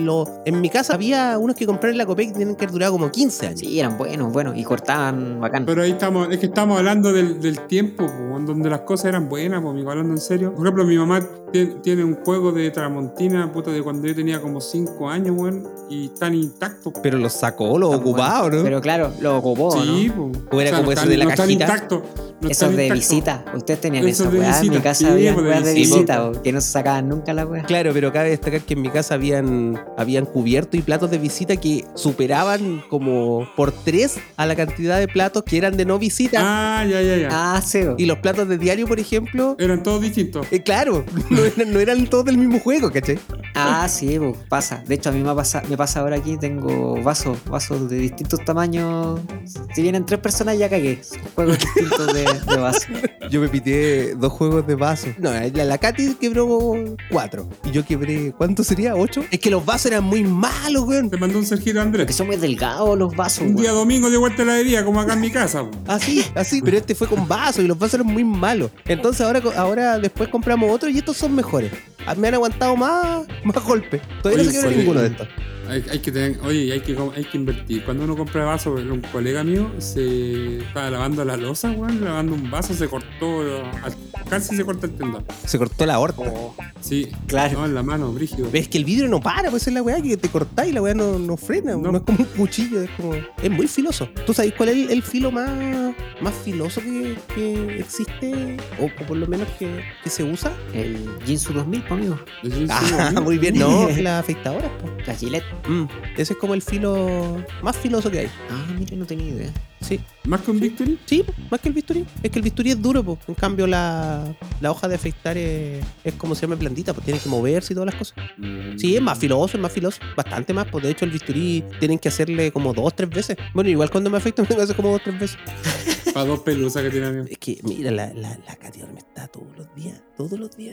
En mi casa había unos que compraron en la Copec y tienen que durar como 15 años. Sí, eran buenos y cortaban bacán. Pero ahí estamos, es que estamos hablando del tiempo, po, en donde las cosas eran buenas, pues, amigo, hablando en serio. Por ejemplo, mi mamá tiene un juego de Tramontina, puta, de cuando yo tenía como 5 años, weón, y están intactos. Pero los sacó, los Están ocupaba, buenos. ¿no? Pero claro, lo ocupó, Sí, ¿no? pues. O era como ese de la no están cajita. intactos. No Esos están de intactos. visita. Ustedes tenían Esos esa de weá. En mi visita. casa Sí, había pues, de weas de visita. visita, po, que no se sacaban nunca la weá. Claro, pero cabe destacar que en mi casa habían cubiertos y platos de visita que superaban como por 3 a la cantidad de platos que eran de no visita. Ah, ya. Ah, sí. po. Y los platos de diario, por ejemplo, Eran todos distintos. claro, no eran todos del mismo juego, ¿cachai? Ah, sí, po, pasa. De hecho, a mí me pasa ahora aquí, tengo vasos de distintos tamaños. Si vienen 3 personas, ya cagué. Juegos distintos de vasos. Yo me pité 2 juegos de vasos. No, la Katy quebró 4. Y yo quebré, ¿cuánto sería? ¿8? Es que los vasos eran muy malos, weón. Te mandó un Sergito Que Andrés. son muy delgados los vasos, Un día weón. domingo de vuelta a la heladería, como acá en mi casa, po. Así. Pero este fue con vasos y los vasos eran muy malos. Entonces ahora después compramos otros y estos son mejores. Me han aguantado más golpes. Todavía no se quiebra Oye, ninguno de estos. Hay que tener, oye, hay que invertir. Cuando uno compra vasos, un colega mío se estaba lavando la loza, weón, lavando un vaso, se cortó, casi se corta el tendón. Se cortó la aorta. Sí, Claro. no, en la mano, brígido. Ves que el vidrio no para, pues es la weá que te cortáis y la weá no frena. No. No es como un cuchillo, es muy filoso. ¿Tú sabes cuál es el filo más filoso que existe? O por lo menos que se usa. El Ginsu 2000, po, amigo. El Ginsu, Ah, ¿no? muy bien. No, la afeitadora, po. La Gillette. Ese es como el filo más filoso que hay. Ah, mire, no tenía idea. Sí. ¿Más que un Victory? Sí, más que el bisturí. Es que el bisturí es duro, pues. En cambio, la hoja de afeitar es como se llama blandita, pues tiene que moverse y todas las cosas. Sí, es más filoso. Bastante más. Pues de hecho, el bisturí tienen que hacerle como 2 o 3 veces. Bueno, igual cuando me afeito me tengo que hacer como 2 o 3 veces. Para 2 pelusas que tiene amigo. Es que, mira, la Katy me está todos los días.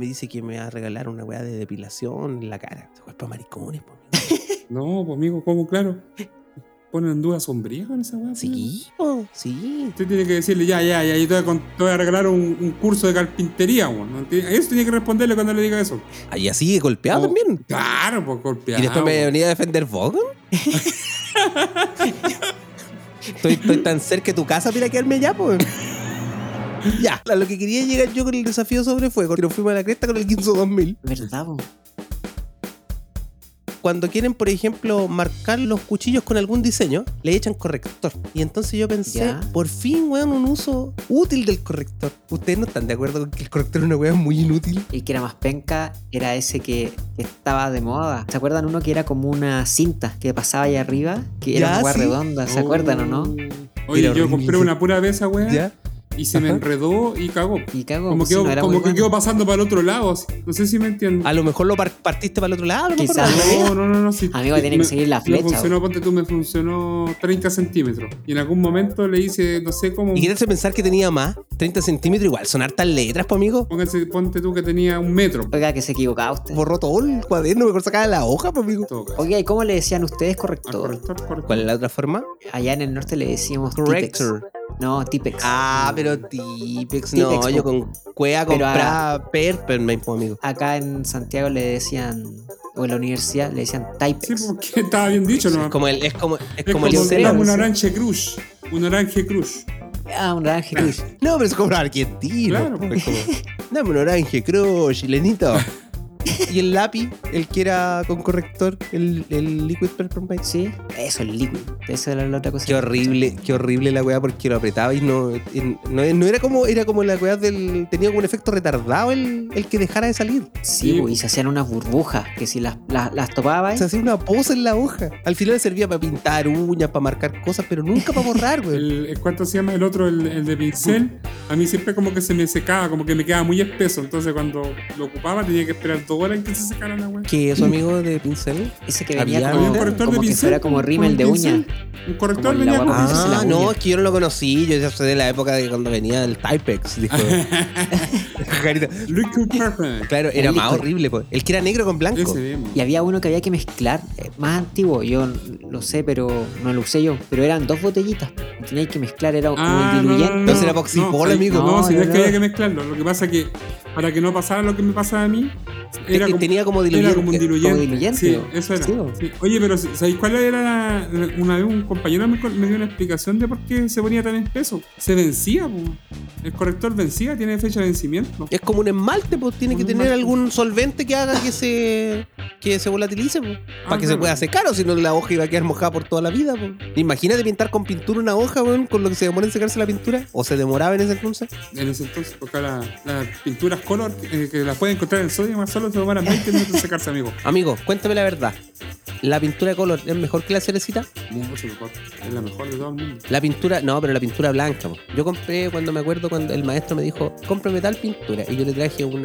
me dice que me va a regalar una weá de depilación en la cara. Esa weá es para maricones, po. No, pues amigo, ¿cómo? Claro. ¿Ponen dudas sombrías con esa weá? Sí, po, sí. Usted tiene que decirle, ya, yo te voy a regalar un curso de carpintería, weón. ¿No? Eso tiene que responderle cuando le diga eso. Ahí así golpeado también. Claro, pues golpeado. Y después me venía a defender vos, ¿no? Estoy tan cerca de tu casa para quedarme allá, pues. Ya, a lo que quería llegar yo con el desafío sobre fuego, que nos fuimos a la cresta con el Ginzo 2000. ¿Verdad, po? Cuando quieren, por ejemplo, marcar los cuchillos con algún diseño, le echan corrector. Y entonces yo pensé, ¿Ya? por fin, weón, un uso útil del corrector. ¿Ustedes no están de acuerdo con que el corrector es una weá muy inútil? El que era más penca era ese que estaba de moda. ¿Se acuerdan uno que era como una cinta que pasaba ahí arriba? Que era Ya, una hueá sí. redonda, ¿se acuerdan o no? Oye, Era yo horrible. compré una pura vez esa weá ¿Ya? y se me Ajá. enredó y cagó. Y cago, Como, pues, sí, quedó, no era como muy que bueno. quedó pasando para el otro lado. Así. No sé si me entienden. A lo mejor lo partiste para el otro lado, a lo mejor. Quizás. No. Sí, Amigo, tiene que seguir la me flecha, funcionó, ponte tú, me funcionó 30 centímetros. Y en algún momento le hice, no sé cómo. ¿Y quieres pensar que tenía más? 30 centímetros, igual, son hartas letras, pues, amigo. Ponte tú que tenía 1 metro. Oiga, que se equivocaba usted. Borró todo el cuaderno, mejor sacaba la hoja, pues, amigo. En todo caso. Oiga, ¿y cómo le decían ustedes Al corrector? corrector. ¿Cuál es la otra forma? Allá en el norte le decíamos Corrector. Tipex. No, Tipex. Ah, pero Tipex, no, Tipex, yo po. con cuea Pero compraba Perpermate, pues, amigo. Acá en Santiago le decían, o en la universidad le decían Sí, Tipex. porque estaba bien dicho, ¿no? Es como el Es como el yo creo, un sí. orange crush. Un orange crush. Ah, un naranja crush. No, pero es como argentino. Claro. pues, es como, dame un orange crush, chilenito. Y el lápiz, el que era con corrector, el liquid Perpermate. Sí, eso, el liquid. Eso era la otra cosa. Qué horrible la weá porque lo apretaba y no era como la weá del. Tenía como un efecto retardado el que dejara de salir. Sí, Sí. pues, y se hacían unas burbujas que si las topabas, Se hacía una pose en la hoja. Al final servía para pintar uñas, para marcar cosas, pero nunca para borrar, weón. ¿Cuánto se llama el otro? El de pincel. A mí siempre como que se me secaba, como que me quedaba muy espeso. Entonces cuando lo ocupaba tenía que esperar 2 horas en que se secara la weá. ¿Qué es eso, amigo de pincel? ese que venía Había como, un corrector de como que pincel, fuera como con rímel de pincel. uña. Un corrector Como el venía agua con con pincel. la Ah, uña. no, es que yo no lo conocí. Yo ya soy de la época de cuando venía el Typex. Dijo. Carita. Liquid Perfect. Claro, era El más liquid. horrible, pues. El que era negro con blanco. Ese mismo. Y había uno que había que mezclar, más antiguo, yo lo sé, pero no lo usé yo. Pero eran 2 botellitas. Y tenía que mezclar, era como el diluyente. Entonces era Poxipol, ahí- amigo. No, si no es que no. había que mezclarlo. Lo que pasa es que para que no pasara lo que me pasaba a mí, Es que tenía como diluyente. Era como un diluyente. Como diluyente, Sí, ¿no? eso era. Sí, ¿no? Sí. Oye, pero ¿sabéis cuál era una vez un compañero me dio una explicación de por qué se ponía tan espeso? Se vencía, po. El corrector vencía, tiene fecha de vencimiento. Es como un esmalte, pues tiene que Un tener esmalte. algún solvente que haga que se volatilice, pues. Para que se claro. pueda secar, o si no la hoja iba a quedar mojada por toda la vida, pues. Imagínate pintar con pintura una hoja, weón, con lo que se demora en secarse la pintura. O se demoraba en ese entonces. En ese entonces, porque las pinturas color, que las pueden encontrar en sodio, más solo se demoran 20 minutos en secarse, amigo. Amigo, cuéntame la verdad. ¿La pintura de color es mejor que la cerecita? Mucho mejor. Es la mejor de todo el mundo. La pintura, no, pero la pintura blanca, po. Yo compré, cuando me acuerdo, cuando el maestro me dijo, cómprame tal pintura. Y yo le traje un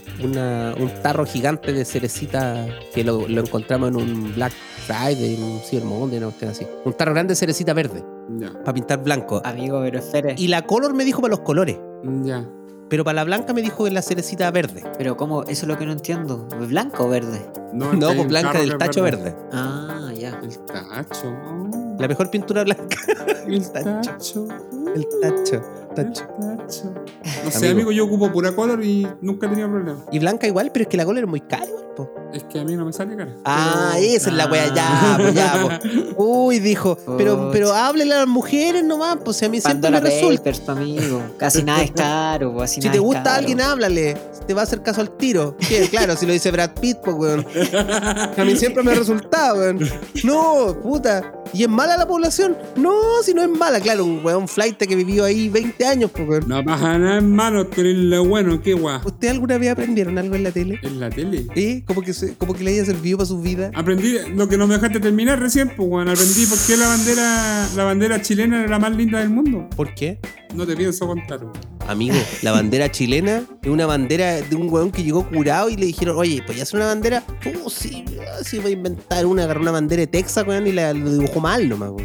tarro gigante de cerecita que lo encontramos en un Black Friday, en un Cyber Monday, una cuestión así. Un tarro grande de cerecita verde, Ya. para pintar blanco. Amigo, pero espere. Y la color me dijo para los colores. Ya. Pero para la blanca me dijo en la cerecita verde. Pero ¿cómo? Eso es lo que no entiendo. ¿Blanco o verde? No, No, hay pues un blanca tarro del que es tacho verde. Ah, ya. El tacho. La mejor pintura blanca. El tacho. tacho. El tacho. El Tacho. tacho. No sé, Amigo. amigo, yo ocupo pura color y nunca he tenido problema. Y blanca igual, pero es que la color es muy cara, igual, po. Es que a mí no me sale cara. Ah, Pero- esa es la wea, ya, pues ya, pues. Uy, dijo, pero háblele a las mujeres nomás, pues si a mí siempre Pandora me resulta. Papers, pa' amigo. Casi nada es caro, pues, así Si nada te es gusta caro. alguien, háblale. Te va a hacer caso al tiro. Sí, claro, si lo dice Brad Pitt, pues, weón. A mí siempre me ha resultado, weón. No, puta. ¿Y es mala la población? No, si no es mala. Claro, un weón flight que vivió ahí 20 años, pues, weón. No pasa nada, hermano, pero es lo bueno, qué guay. ¿Ustedes alguna vez aprendieron algo en la tele? En la tele. Como que le haya servido para su vida. Aprendí lo que no me dejaste terminar recién, pues, bueno, aprendí por qué la bandera chilena era la más linda del mundo. ¿Por qué? No te pienso contar, weón. Amigo, la bandera chilena es una bandera de un weón que llegó curado y le dijeron, oye, ¿podías hacer una bandera? Sí, sí, voy a inventar una, agarró una bandera de Texas, weón, y la dibujó mal nomás, weón.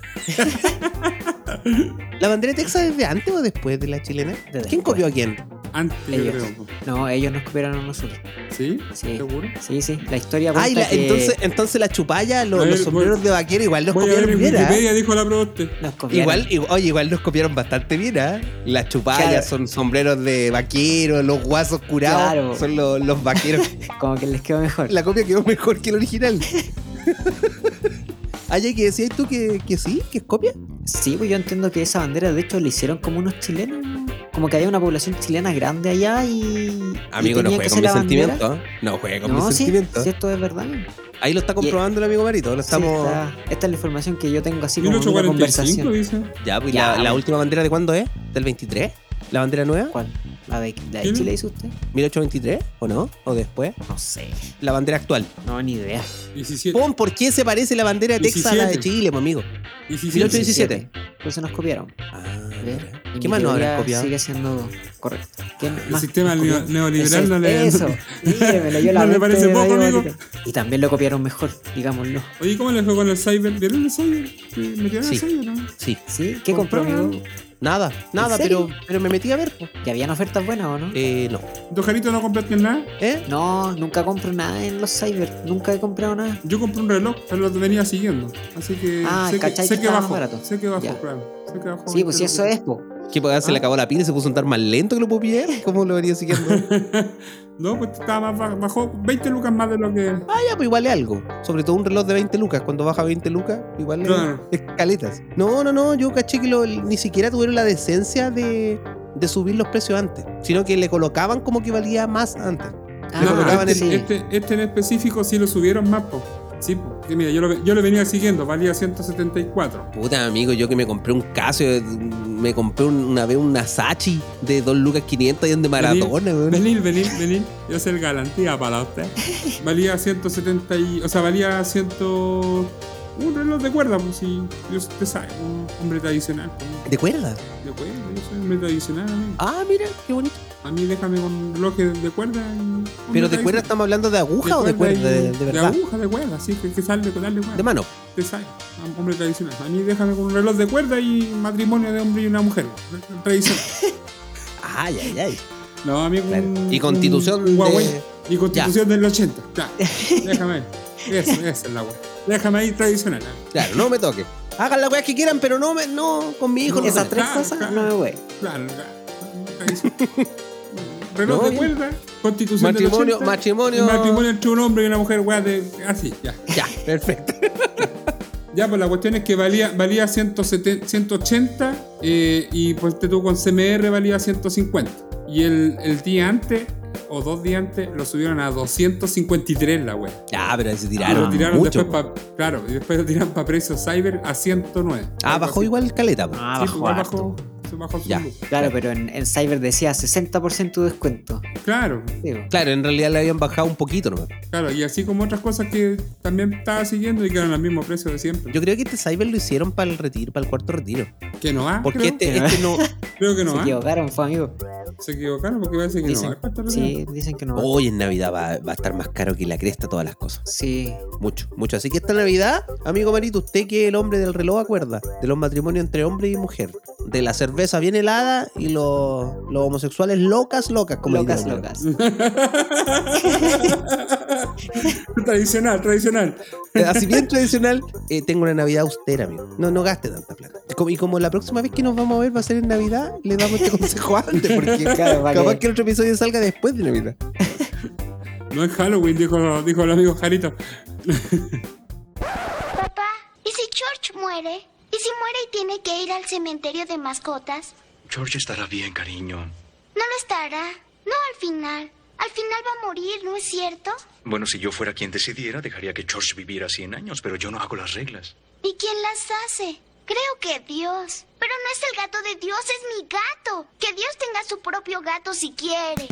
¿La bandera de Texas es de antes o después de la chilena? De ¿Quién después. copió a quién? Antes, yo Ellos. creo. po. No, ellos nos copiaron a nosotros. ¿Sí? Sí. ¿Seguro? Sí. La historia Ay, cuenta que entonces la chupalla, A los ver, sombreros de vaquero igual nos Voy a ver copiaron en bien, ¿ah? Wikipedia, dijo la proboste. nos copiaron. Igual nos copiaron bastante bien, ¿ah? Las chupallas Claro. son sombreros de vaquero, los guasos curados Claro. son los vaqueros. Como que les quedó mejor. La copia quedó mejor que el original. Ay, ¿que decías tú que sí? ¿Que es copia? Sí, pues yo entiendo que esa bandera de hecho la hicieron como unos chilenos. Como que había una población chilena grande allá y. Amigo, y no tenía juegue que con ser mis la bandera. sentimientos. No juegue con No, mis sí, sentimientos. sí, esto es verdad. Ahí lo está comprobando el amigo Marito. Lo Sí, estamos. esta es la información que yo tengo así como en una 1845 conversación. dice. Ya, pues Ya, la pues. última bandera de cuándo es? ¿Del 23? ¿La bandera nueva? ¿Cuál? ¿La de ¿Quién? Chile dice usted? ¿1823? ¿O no? ¿O después? No sé. La bandera actual. No, ni idea. 17. Pon, ¿por qué se parece la bandera de Texas a la de 17. Chile, mi amigo? 17. 17. Entonces nos copiaron. Ah, ¿Ves? mira. Y ¿Qué mi más nos habrán teoría copiado? sigue siendo correcto. ¿Qué El más sistema nos copió? neoliberal no le... Eso. Mire, me leyó la ¿No le mente parece de poco, Darío amigo? Marito. Y también lo copiaron mejor, digámoslo. Oye, ¿cómo le fue con el Cyber? ¿Vieron el Cyber? Sí, ¿metieron Sí. el Cyber, no? Sí. ¿Sí? ¿Qué compró, ¿Compraron? amigo? Nada, serio? pero me metí a ver. Po. ¿Y habían ofertas buenas o no? No. ¿Tu Jarito no compraste nada? ¿Eh? No, nunca compro nada en los cyber. Nunca he comprado nada. Yo compré un reloj, pero lo venía siguiendo. Así que Ah, sé ¿cachai sé que que estaba bajó. más barato? Sé que bajó, Ya. claro. Sé que bajó. Sí, pues si 20 eso es, po. ¿Qué pues, se le acabó la pila y se puso a andar más lento que lo puedo pillar? ¿Cómo lo venía siguiendo? No, pues estaba más bajó 20 lucas más de lo que... Ah, ya, pues igual es algo. Sobre todo un reloj de 20 lucas. Cuando baja 20 lucas, igual Claro. es caletas. No, yo caché que ni siquiera tuvieron la decencia de subir los precios antes. Sino que le colocaban como que valía más antes. Ah, no, colocaban pero el- este en específico sí lo subieron más, po. Sí, po. Que mira, yo lo venía siguiendo, valía 174. Puta, amigo, yo que me compré un Casio, me compré una vez un Sachi de 2 lucas 500 y en de Maratona, weón. Venir. Yo soy el galantía para usted. Valía 170 o sea, valía 100... Un reloj de cuerda, pues sí. Usted sabe, un hombre tradicional. Pues, ¿De cuerda? de cuerda, yo soy un hombre tradicional, amigo. Ah, mira, qué bonito. A mí déjame con reloj de cuerda y... ¿Pero de cuerda estamos hablando de aguja o de cuerda? De verdad. aguja, de cuerda, sí, que sale con darle cuerda. De mano. Usted sabe, un hombre tradicional. A mí déjame con un reloj de cuerda y matrimonio de hombre y una mujer. Tradicional. Ay. No, amigo. Claro. Y constitución un Huawei. de- Y constitución del 80. Claro. Déjame ahí. Esa es la wea. Déjame ahí tradicional. Claro, no me toque. Hagan las weas que quieran, pero no con mi hijo. No, no Esas se tres claro, cosas claro. no me voy. Claro, tradicional. Reloj No, de bien. cuerda, constitución del 80. Matrimonio. Y matrimonio entre un hombre y una mujer, wea, de. Así, ya. Ya, perfecto. Ya, pues la cuestión es que valía 180 y pues te tuvo con CMR valía 150. Y el día antes, o 2 días antes, lo subieron a 253 la web. Ya, pero se Y tiraron lo tiraron mucho. después claro, y después lo tiraron para precio cyber a 109. Ah, Algo bajó así. igual caleta. Po. Ah, Sí, pues, bajó igual harto. bajó su Ya. luz. Claro, pero en Cyber decía 60% de descuento. Claro, Digo, Claro, en realidad le habían bajado un poquito nomás. claro, y así como otras cosas que también estaba siguiendo y que eran al mismo precio de siempre. Yo creo que este Cyber lo hicieron para el retiro, para el cuarto retiro. Que no va, Porque creo. este no. Creo que no se va. equivocaron, fue amigo. Se equivocaron porque parece que Dicen, no va. sí, dicen que no va. Hoy en Navidad va a estar más caro que la cresta todas las cosas. Sí. Mucho. Así que esta Navidad, amigo Marito, usted que es el hombre del reloj acuerda, de los matrimonios entre hombre y mujer, de la cerveza bien helada y los homosexuales locas, como Locas, diría, locas. Tradicional. Así bien tradicional, tengo una Navidad austera, amigo. No gaste tanta plata. Y como la próxima vez que nos vamos a ver va a ser en Navidad, le damos este consejo antes, porque Claro, para capaz que- que el otro episodio salga después de Navidad. No es Halloween, dijo el amigo Jarito. Papá, ¿y si George muere? ¿Y si muere y tiene que ir al cementerio de mascotas? George estará bien, cariño. No lo estará. No al final. Al final va a morir, ¿no es cierto? Bueno, si yo fuera quien decidiera, dejaría que George viviera 100 años, pero yo no hago las reglas. ¿Y quién las hace? Creo que Dios. Pero no es el gato de Dios, es mi gato. Que Dios tenga su propio gato si quiere.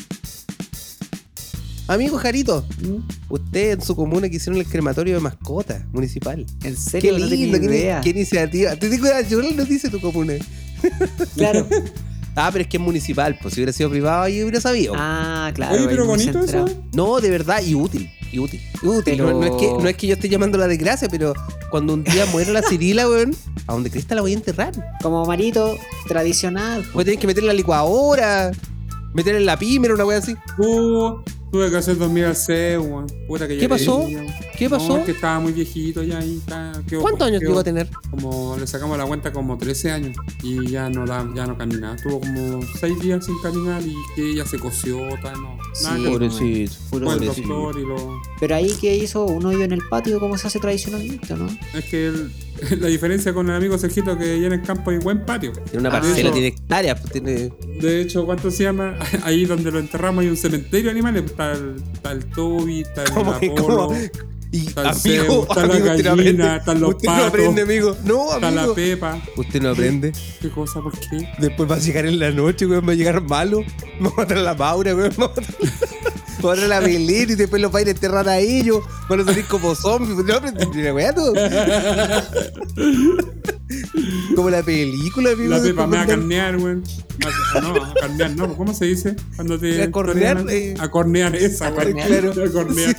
Amigo Jarito, usted en su comuna que hicieron el crematorio de mascotas municipal. ¿En Qué serio? No tenía lindo, idea. qué iniciativa. Te digo, yo no dice tu comuna. Claro. Ah, pero es que es municipal, pues si hubiera sido privado ahí hubiera sabido. Ah, claro. Oye, ahí pero muy bonito centrado. eso. No, de verdad, y útil. Pero- No es que yo esté llamando la desgracia, pero cuando un día muera la Cirila, weón, ¿a dónde Cresta la voy a enterrar? Como marito tradicional. Voy a tener que meter en la licuadora. Meter en la pímera, una wea así. Tuve que hacer dormir al CEO, weón. Puta que ya ¿Qué pasó? le- ¿Qué pasó? No, es que estaba muy viejito ya y ¿Cuántos años llegó a tener? Como le sacamos la cuenta como 13 años y ya no caminaba. Estuvo como 6 días sin caminar y que ella se coció, no. Nada Sí, que- Pobrecito. Puro fue el pobrecito. doctor y lo... Pero ahí que hizo un hoyo en el patio como se hace tradicionalmente, ¿no? Es que la diferencia con el amigo Sergito que allá en el campo hay buen patio. Tiene una Ah, parcela, eso. tiene hectáreas. Pues tiene... De hecho, ¿cuánto se llama? Ahí donde lo enterramos hay un cementerio de animales. Está el Toby, está el ¿Cómo? Apolo, Y Está el amigo, cebo, está la amigo, usted no gallina, aprende. están los Usted no patos. aprende, amigo. No, está la amigo. Pepa. Usted no aprende. ¿Qué cosa? ¿Por qué? Después va a llegar en la noche, weón. Va a llegar malo. Va a matar a la Maura, weón. Va a matar a la Belén y después los va a ir a enterrar a ellos. Van a salir como zombies. No aprende. Mira, weón, tú. Como la película, amigo. La Pepa después me va a mandar- carnear, weón. No, a carnear, no. ¿Cómo se dice? Cuando te. A cornear, A cornear esa, a weón. cornear. Claro. A cornear.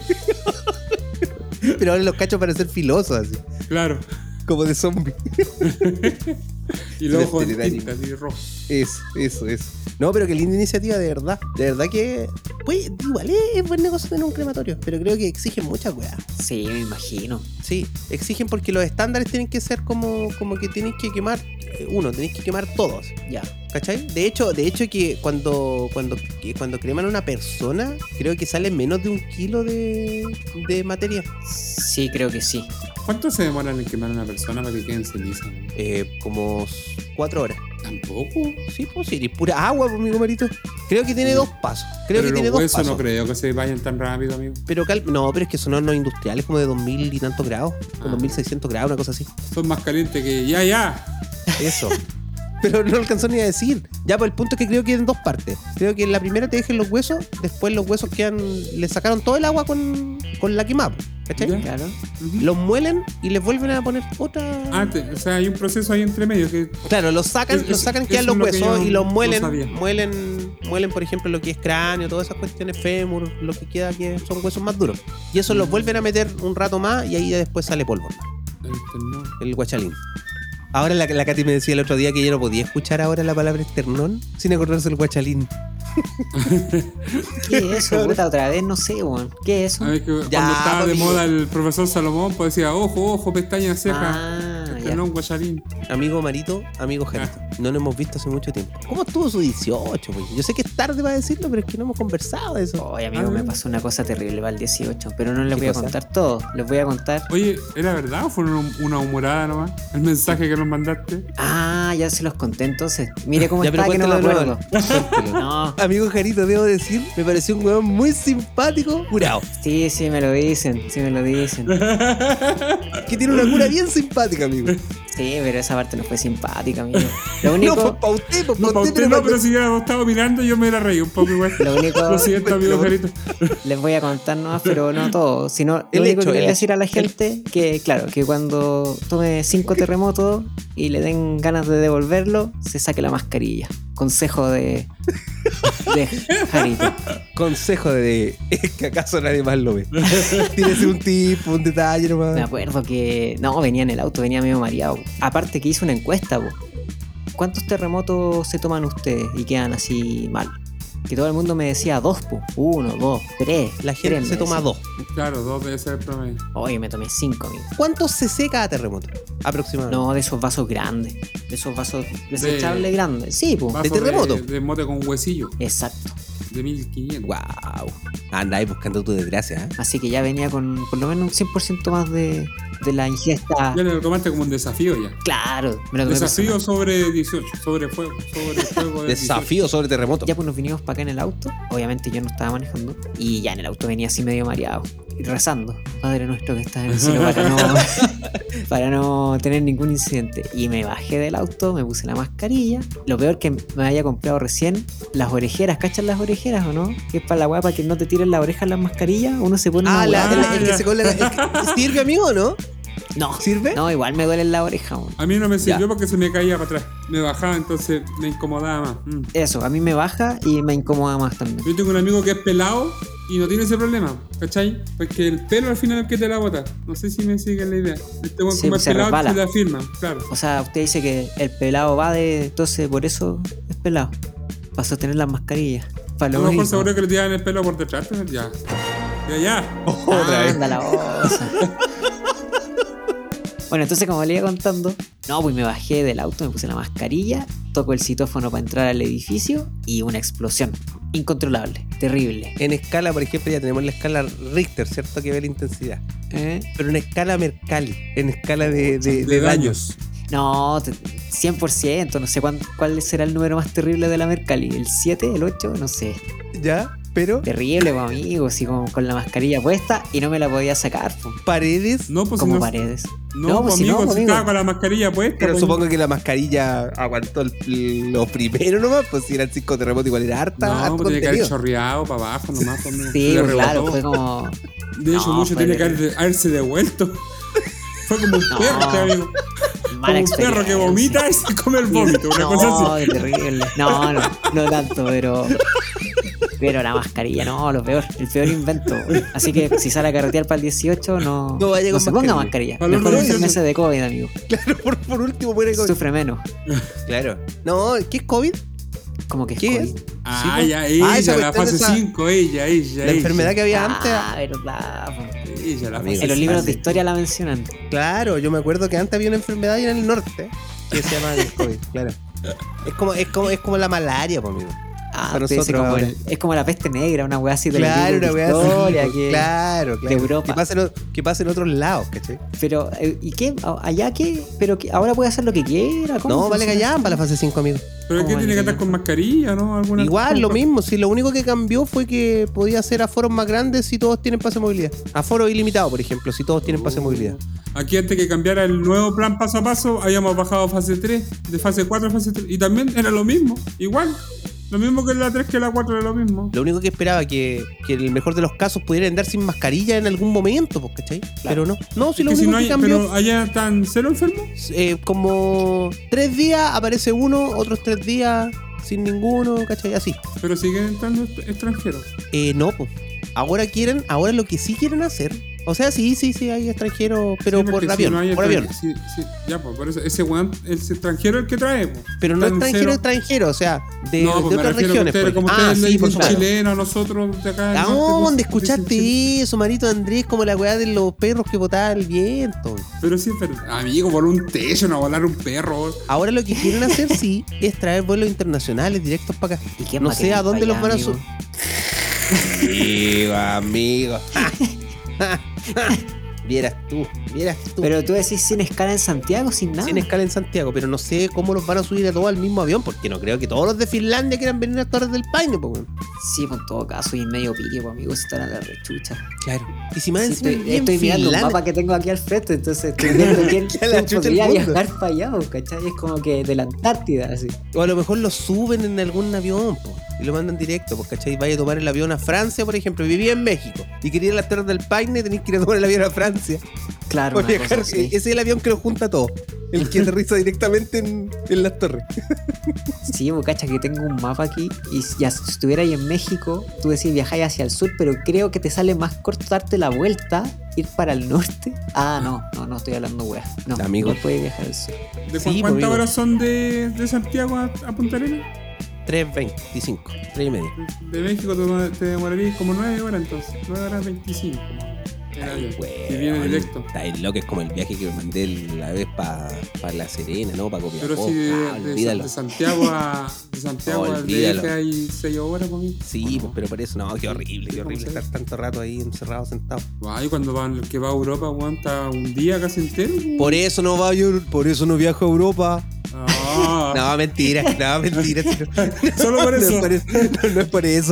Pero ahora los cachos para ser filosos, así. Claro. Como de zombie. Y los ojos en Veterinario. tinta, así rojo. Eso. No, pero qué linda iniciativa, de verdad. De verdad que. Pues, igual es buen negocio tener un crematorio. Pero creo que exigen muchas weas. Sí, me imagino. Sí, exigen porque los estándares tienen que ser como que tienen que quemar. Tenéis que quemar todos. Ya. ¿Cachai? De hecho que cuando creman a una persona, creo que sale menos de 1 kilo de materia. Sí, creo que sí. ¿Cuánto se demoran en quemar a una persona para que queden ceniza? Como 4 horas. Tampoco. Sí, pues sí, es pura agua, pues, amigo Marito. Creo que tiene 2 pasos. Creo Pero que tiene los 2 huesos pasos. no creo que se vayan tan rápido, amigo. Pero no, pero es que son hornos industriales como de 2000 y tantos grados. Ah. 2600 grados, una cosa así. Son más calientes que ya. Eso. Pero no alcanzó ni a decir. Ya, pues el punto es que creo que en 2 partes. Creo que en la primera te dejen los huesos, después los huesos le sacaron todo el agua con la quemada. ¿Cachai? Ya. Claro. Ujú. Los muelen y les vuelven a poner otra. O sea, hay un proceso ahí entre medio que Claro, los sacan, Eso quedan es los lo que huesos yo y los no muelen, sabía. muelen, por ejemplo, lo que es cráneo, todas esas cuestiones, fémur, lo que queda que son huesos más duros. Y eso los vuelven a meter un rato más y ahí ya después sale polvo, no. el guachalín. Ahora la Katy me decía el otro día que yo no podía escuchar ahora la palabra esternón sin acordarse del guachalín. ¿Qué es eso, puta? Otra vez no sé, weón. ¿Qué es eso? A ver, que Ya, cuando estaba de amigo. moda el profesor Salomón, pues decía, ojo, pestaña, ceja. Ah, ya. No, un guacharín. Amigo Marito, amigo Jarito. No nos hemos visto hace mucho tiempo. ¿Cómo estuvo su 18, güey? Yo sé que es tarde para decirlo, pero es que no hemos conversado de eso. Oye, amigo, me pasó una cosa terrible para el 18, pero no les ¿Qué voy a cosa? contar todo. Les voy a contar. Oye, ¿era verdad o fue una humorada nomás? El mensaje que nos mandaste. Ah, ya se los conté entonces. Mire cómo Ya, pero está, que no me cuéntalo de acuerdo. nuevo. Cuéntelo. No, Amigo Jarito, debo decir, me pareció un huevón muy simpático, curado. sí, me lo dicen, sí me lo dicen. Que tiene una cura bien simpática, amigo. Sí, pero esa parte no fue simpática, amigo. Lo único, No, pues pa' usted, pues No, pa' para usted, usted no, pa' pero si yo estaba mirando, yo me hubiera reído un poco igual. lo único, Lo siento, amigo Jarito. les voy a contar nomás, pero no todo. Sino lo El único hecho, que el quería hecho. decir a la gente que, claro, que cuando tome 5 terremotos y le den ganas de devolverlo, se saque la mascarilla. Consejo de Jarito. Consejo de es que acaso nadie más lo ve. Tienes un tip, un detalle nomás. Me acuerdo que. No, venía en el auto, venía medio mareado. Aparte que hice una encuesta, po. ¿Cuántos terremotos se toman ustedes y quedan así mal? Que todo el mundo me decía 2, po. 1, 2, 3. La gente se toma 2. Claro, 2 debe ser el promedio. Oye, me tomé 5, amigo. ¿Cuántos cc cada terremoto? Aproximadamente. No, de esos vasos grandes. De esos vasos desechables grandes. Sí, po. Vaso terremoto? De mote con huesillo. Exacto. De 1500. Wow. Andáis buscando tu desgracia, ¿eh? Así que ya venía con por lo menos un 100% más de la ingesta. Ya lo tomaste como un desafío ya. Claro, me lo tomé Desafío personal. sobre 18. Sobre fuego de Desafío sobre terremoto. Ya pues nos vinimos para acá en el auto. Obviamente yo no estaba manejando. Y ya en el auto venía así medio mareado. Y rezando. Padre nuestro que estás en el cielo para no tener ningún incidente. Y me bajé del auto, me puse la mascarilla. Lo peor que me había comprado recién, las orejeras. ¿Cachan las orejeras o no? Que es para la weá, para que no te tiren la oreja en las mascarillas. Uno se pone una Ah, weá. el que se cola. ¿Sirve, amigo, o no? No, ¿Sirve? no, igual me duele la oreja. weón. A mí no me sirvió Ya. porque se me caía para atrás. Me bajaba, entonces me incomodaba más. Eso, a mí me baja y me incomoda más también. Yo tengo un amigo que es pelado y no tiene ese problema, ¿cachai? Porque el pelo al final es el que te la bota. No sé si me siguen la idea. Este weón Sí, como es se pelado resbala. se la firma, claro. O sea, usted dice que el pelado va de. Entonces, por eso es pelado. para sostener las mascarillas. Para A lo lo mejor mismo. seguro que le tiraban el pelo por detrás, pero ya. Ya. Otra vez. Anda la bolsa. Bueno, entonces como le iba contando, no, pues me bajé del auto, me puse la mascarilla, toco el citófono para entrar al edificio y una explosión. Incontrolable, terrible. En escala, por ejemplo, ya tenemos la escala Richter, ¿cierto? Que ve la intensidad. Pero en escala Mercalli, en escala de daños. No, 100%, no sé cuál será el número más terrible de la Mercalli. ¿El 7, el 8? No sé. ¿Ya? Pero Terrible, pues, amigo, así como con la mascarilla puesta y no me la podía sacar, pues. Paredes. No, pues Como si no. Paredes. No, pues amigo, si estaba con la mascarilla puesta. Pero pues, supongo que la mascarilla aguantó lo primero nomás, pues si era el 5 terremoto igual era harta. No, pues tiene que haber chorreado para abajo nomás. Pues, amigo. Sí, Le pues, claro, rebotó. fue como... De hecho, No, mucho fue tiene que terrible. haberse devuelto. Fue como un perro, amigo. Como Mala un perro que experiencia. vomita y se come el vómito. Una cosa No, así. qué terrible. No tanto, pero la mascarilla, no, lo peor, el peor invento. Así que si sale a carretear para el 18, no vaya con se ponga mascarilla. mascarilla. Para los Mejor niños. enfermese de COVID, amigo. Claro, por último puede COVID. Sufre menos. Claro. No, ¿qué es COVID? Como que es ¿Qué COVID. es? Ah, pues. ya, ella, esa la cuestión fase esa- 5, ella. La enfermedad que había antes. Verdad. Po. Ella, la Amigo. fase En los libros de 5. historia la mencionan. Claro, yo me acuerdo que antes había una enfermedad allá en el norte que se llama el COVID, claro. Es como la malaria, pues, amigo. Ah, Para usted dice nosotros como ahora. es como la peste negra, una weá así de Claro, los una libros weá de así, historia. pues, que- claro. de Europa. Que pase en otros lados, ¿cachai? Pero, ¿y qué? ¿Allá qué? ¿Pero qué? ¿Ahora puede hacer lo que quiera? ¿Cómo No, vale funciona callar esto? para la fase 5, amigo. Pero ¿Cómo ¿qué vale tiene que que estar no? con mascarilla, no? ¿Alguna Igual, lo cosa? mismo. Si lo único que cambió fue que podía ser aforos más grandes si todos tienen pase de movilidad. Aforo ilimitado, por ejemplo, si todos tienen pase de movilidad. Aquí antes que cambiara el nuevo plan paso a paso, habíamos bajado a fase 3, de fase 4 a fase 3. Y también era lo mismo, igual. Lo mismo que la 3 que la 4 era lo mismo. Lo único que esperaba que en el mejor de los casos pudiera andar sin mascarilla en algún momento, pues, ¿cachai? Pero no. No, si lo Que si único no hay, que cambió pero allá están cero enfermos. como 3 días aparece uno, otros 3 días sin ninguno, ¿cachai? Así. Pero siguen entrando extranjeros. No, pues. Ahora lo que sí quieren hacer. O sea, sí, hay extranjeros, pero Sí, por porque si avión. no hay Por avión. sí, ya, pues por eso ese weón, el extranjero es el que trae, pues. Pero no Están extranjero, o sea, de no, pues me otras refiero regiones. que ustedes, pues. como ustedes le sí, por dicen supuesto. chileno, nosotros de acá. del ¿A norte, dónde dicen escuchaste chileno. eso, Marito Andrés? Como la weá de los perros que botaban el viento. Pero sí, pero, amigo, por un techo, no volar un perro. Ahora lo que quieren hacer, sí, es traer vuelos internacionales directos para acá. ¿Y qué No más sé a queréis dónde pa' los allá, van a amigo? subir. Amigo. Vieras tú. Pero tú decís sin escala en Santiago, sin nada. Sin escala en Santiago, pero no sé cómo los van a subir a todos al mismo avión, porque no creo que todos los de Finlandia quieran venir a Torres del Paine, pues. Sí, pues en todo caso, y en medio pique, pues amigos, están a la rechucha. Claro. Y si más Sí, encima estoy en mirando un Finlandia- mapa que tengo aquí al frente, entonces estoy viendo quién Que a la chucha podría el mundo. viajar para allá, pues, ¿cachai? Es como que de la Antártida, así. O a lo mejor lo suben en algún avión, po, y lo mandan directo, pues, ¿cachai? Vaya a tomar el avión a Francia, por ejemplo. Vivía en México y quería ir a las Torres del Paine, tenéis que ir a tomar el avión a Francia. Claro, Por una viajar, cosa así. ese es el avión que lo junta todo. El que aterriza directamente en las torres. Sí, pues cacha que tengo un mapa aquí y ya si estuviera ahí en México, tú decís viajáis hacia el sur, pero creo que te sale más corto darte la vuelta, ir para el norte. Ah, no estoy hablando weá. No, Amigo. no puedes viajar al sur. ¿De Sí, cuántas amigo. horas son de Santiago a Punta Arenas? 3:25, 3:30. De México te demorarías como 9 horas entonces. 9 horas 25. El avión. Y viene directo. Está ahí loco, es como el viaje que me mandé la vez para La Serena, ¿no? Para Copiapó. Pero si Olvídalo. de Santiago al Olvídalo. DF hay 6 horas conmigo. Sí, pues, pero por eso, no, qué horrible ¿Cómo estar tanto rato ahí encerrado, sentado. Ay, cuando el que va a Europa aguanta un día casi entero. Por eso no viajo a Europa. Ah, No, mentira. Solo por eso. No es por eso.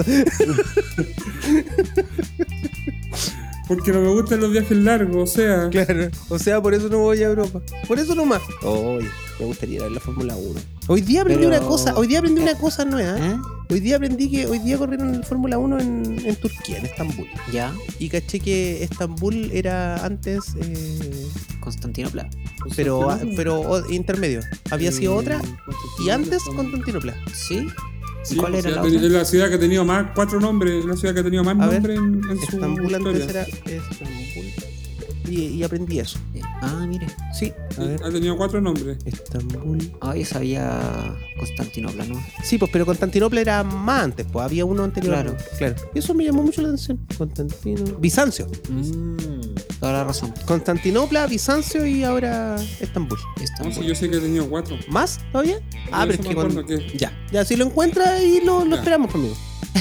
Porque no me gustan los viajes largos, o sea. Claro. O sea, por eso no voy a Europa. Por eso nomás. Oye, me gustaría ir a ver la Fórmula 1. Hoy día aprendí Pero- una cosa nueva. ¿Eh? Hoy día aprendí que hoy día corrieron la Fórmula 1 en Turquía, en Estambul. Ya, Y caché que Estambul era antes, Constantinopla. pero intermedio. Había sido otra y antes Constantinopla. ¿Sí? Sí, ¿Cuál pues, era la ya otra? Es la ciudad que ha tenido más, 4 nombres, la ciudad que ha tenido más A ver, nombres en su Estambul historia. antes era Estambul. Y aprendí eso. Ah, mire. Sí, a ver. Ha tenido 4 nombres. Estambul. Ah, yo sabía Constantinopla, ¿no? Sí, pues, pero Constantinopla era más antes, pues había uno anterior. Claro. Y eso me llamó mucho la atención. Bizancio. Toda la razón. Constantinopla, Bizancio y ahora Estambul. No, sí, yo sé que ha tenido 4. ¿Más todavía? Ah, pero eso es me que acuerdo que- Ya, si lo encuentra y lo Ya. esperamos conmigo.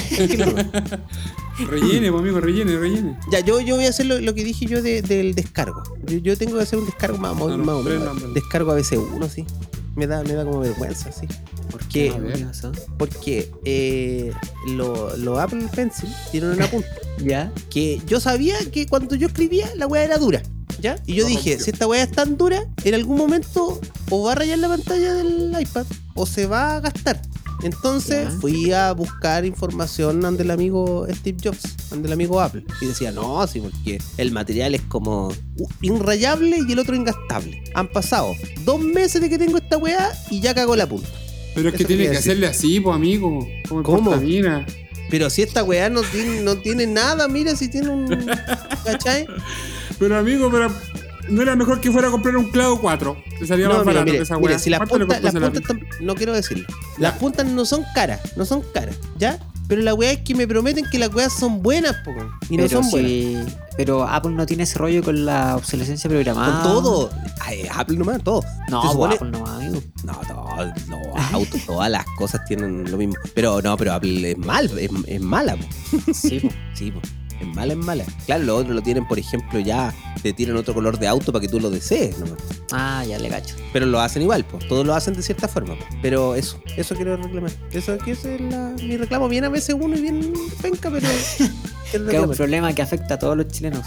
Rellene, pues, amigo, rellene. Ya, yo voy a hacer lo que dije yo del descargo. Yo tengo que hacer un descargo más o menos. Ándale. Descargo a veces uno, sí. Me da como vergüenza, sí. Porque, A ver, ¿eso? porque los Apple Pencil tienen una punta. ¿Ya? Que yo sabía que cuando yo escribía la weá era dura. ¿Ya? Y yo dije, si esta weá es tan dura, en algún momento o va a rayar la pantalla del iPad o se va a gastar. Entonces Ya. fui a buscar información ante el amigo Steve Jobs, ante el amigo Apple. Y decía, no, sí, porque el material es como inrayable y el otro ingastable. Han pasado 2 meses de que tengo esta weá y ya cagó la punta. Pero es que Eso tiene quería que decir. hacerle así, pues, amigo. Como el ¿Cómo? portamina. Pero si esta weá no tiene nada, mira si tiene un... ¿Cachai? Pero, amigo, no era mejor que fuera a comprar un clavo 4. Te salía más barato que esa mire, weá. si las ¿Cuánto le puntas, costó ese no quiero decirlo. Las Ya. puntas no son caras, ¿ya? Pero la weá es que me prometen que las weas son buenas, po, y no Pero son buenas. sí. Pero Apple no tiene ese rollo con la obsolescencia programada. Con todo. Ay, Apple nomás, todo. No, Se supone- Apple no, amigo. No, autos, todas las cosas tienen lo mismo. Pero Apple es mala, po. Sí, po. Sí, po. Es mala. Claro, los otros lo tienen, por ejemplo, ya te tiran otro color de auto para que tú lo desees nomás. Ah, ya le cacho. Pero lo hacen igual, pues. Todos lo hacen de cierta forma. Po. Pero eso quiero reclamar. Eso es mi reclamo. Bien a veces uno y bien penca, pero. quiero Que es un reclamar. problema que afecta a todos los chilenos.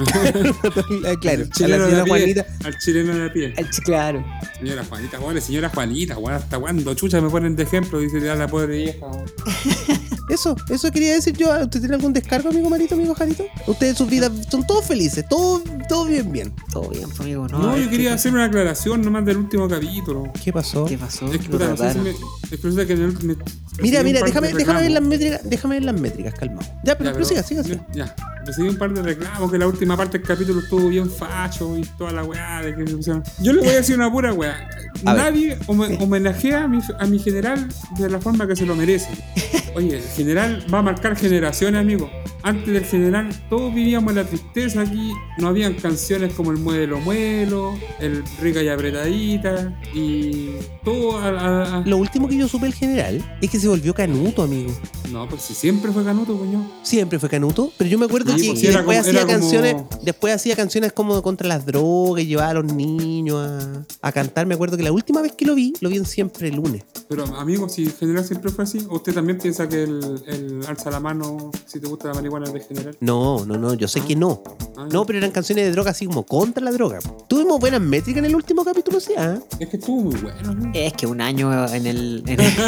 Claro, El a chileno la de señora a pie, Juanita. al chileno de a pie. Claro. Señora Juanita, weón, ¿hasta cuándo? Chucha, me ponen de ejemplo, dice ya la pobre vieja, weón. Eso quería decir yo. ¿Usted tiene algún descargo, amigo Marito, amigo Jarito? Ustedes sus vidas son todos felices, todo bien. Todo bien, pues, amigo. No, yo quería hacer una aclaración nomás del último capítulo. ¿Qué pasó? ¿Qué pasó? Es que, Lo puta, no sé si trataron. es que resulta que en el- Mira, recibí un par de déjame ver las reclamos. métricas, calmado. Ya, pero siga. Ya, recibí un par de reclamos que la última parte del capítulo estuvo bien facho y toda la weá de que se pusieron. Yo le voy a decir una pura weá. A ver. Nadie homenajea a mi general de la forma que se lo merece. Oye, el general va a marcar generaciones, amigo. Antes del general, todos vivíamos en la tristeza aquí. No habían canciones como el Muelo, el Rica y Apretadita y todo Lo último que yo supe del general es que se volvió canuto, amigo. No, pues si siempre fue Canuto, coño. Siempre fue canuto, pero yo me acuerdo Sí, que, pues, que era después como- hacía era como- canciones, como contra las drogas y llevaba a los niños a cantar. Me acuerdo que la última vez que lo vi en siempre el lunes. Pero, amigo, si el general siempre fue así, ¿o usted también piensa que el alza la mano si te gusta la marihuana es de general? No, yo sé que no. Ah, No, pero eran canciones de droga así como contra la droga. Tuvimos buenas métricas en el último capítulo, sí, ¿ah? Es que estuvo muy bueno, amigo. Es que un año en el.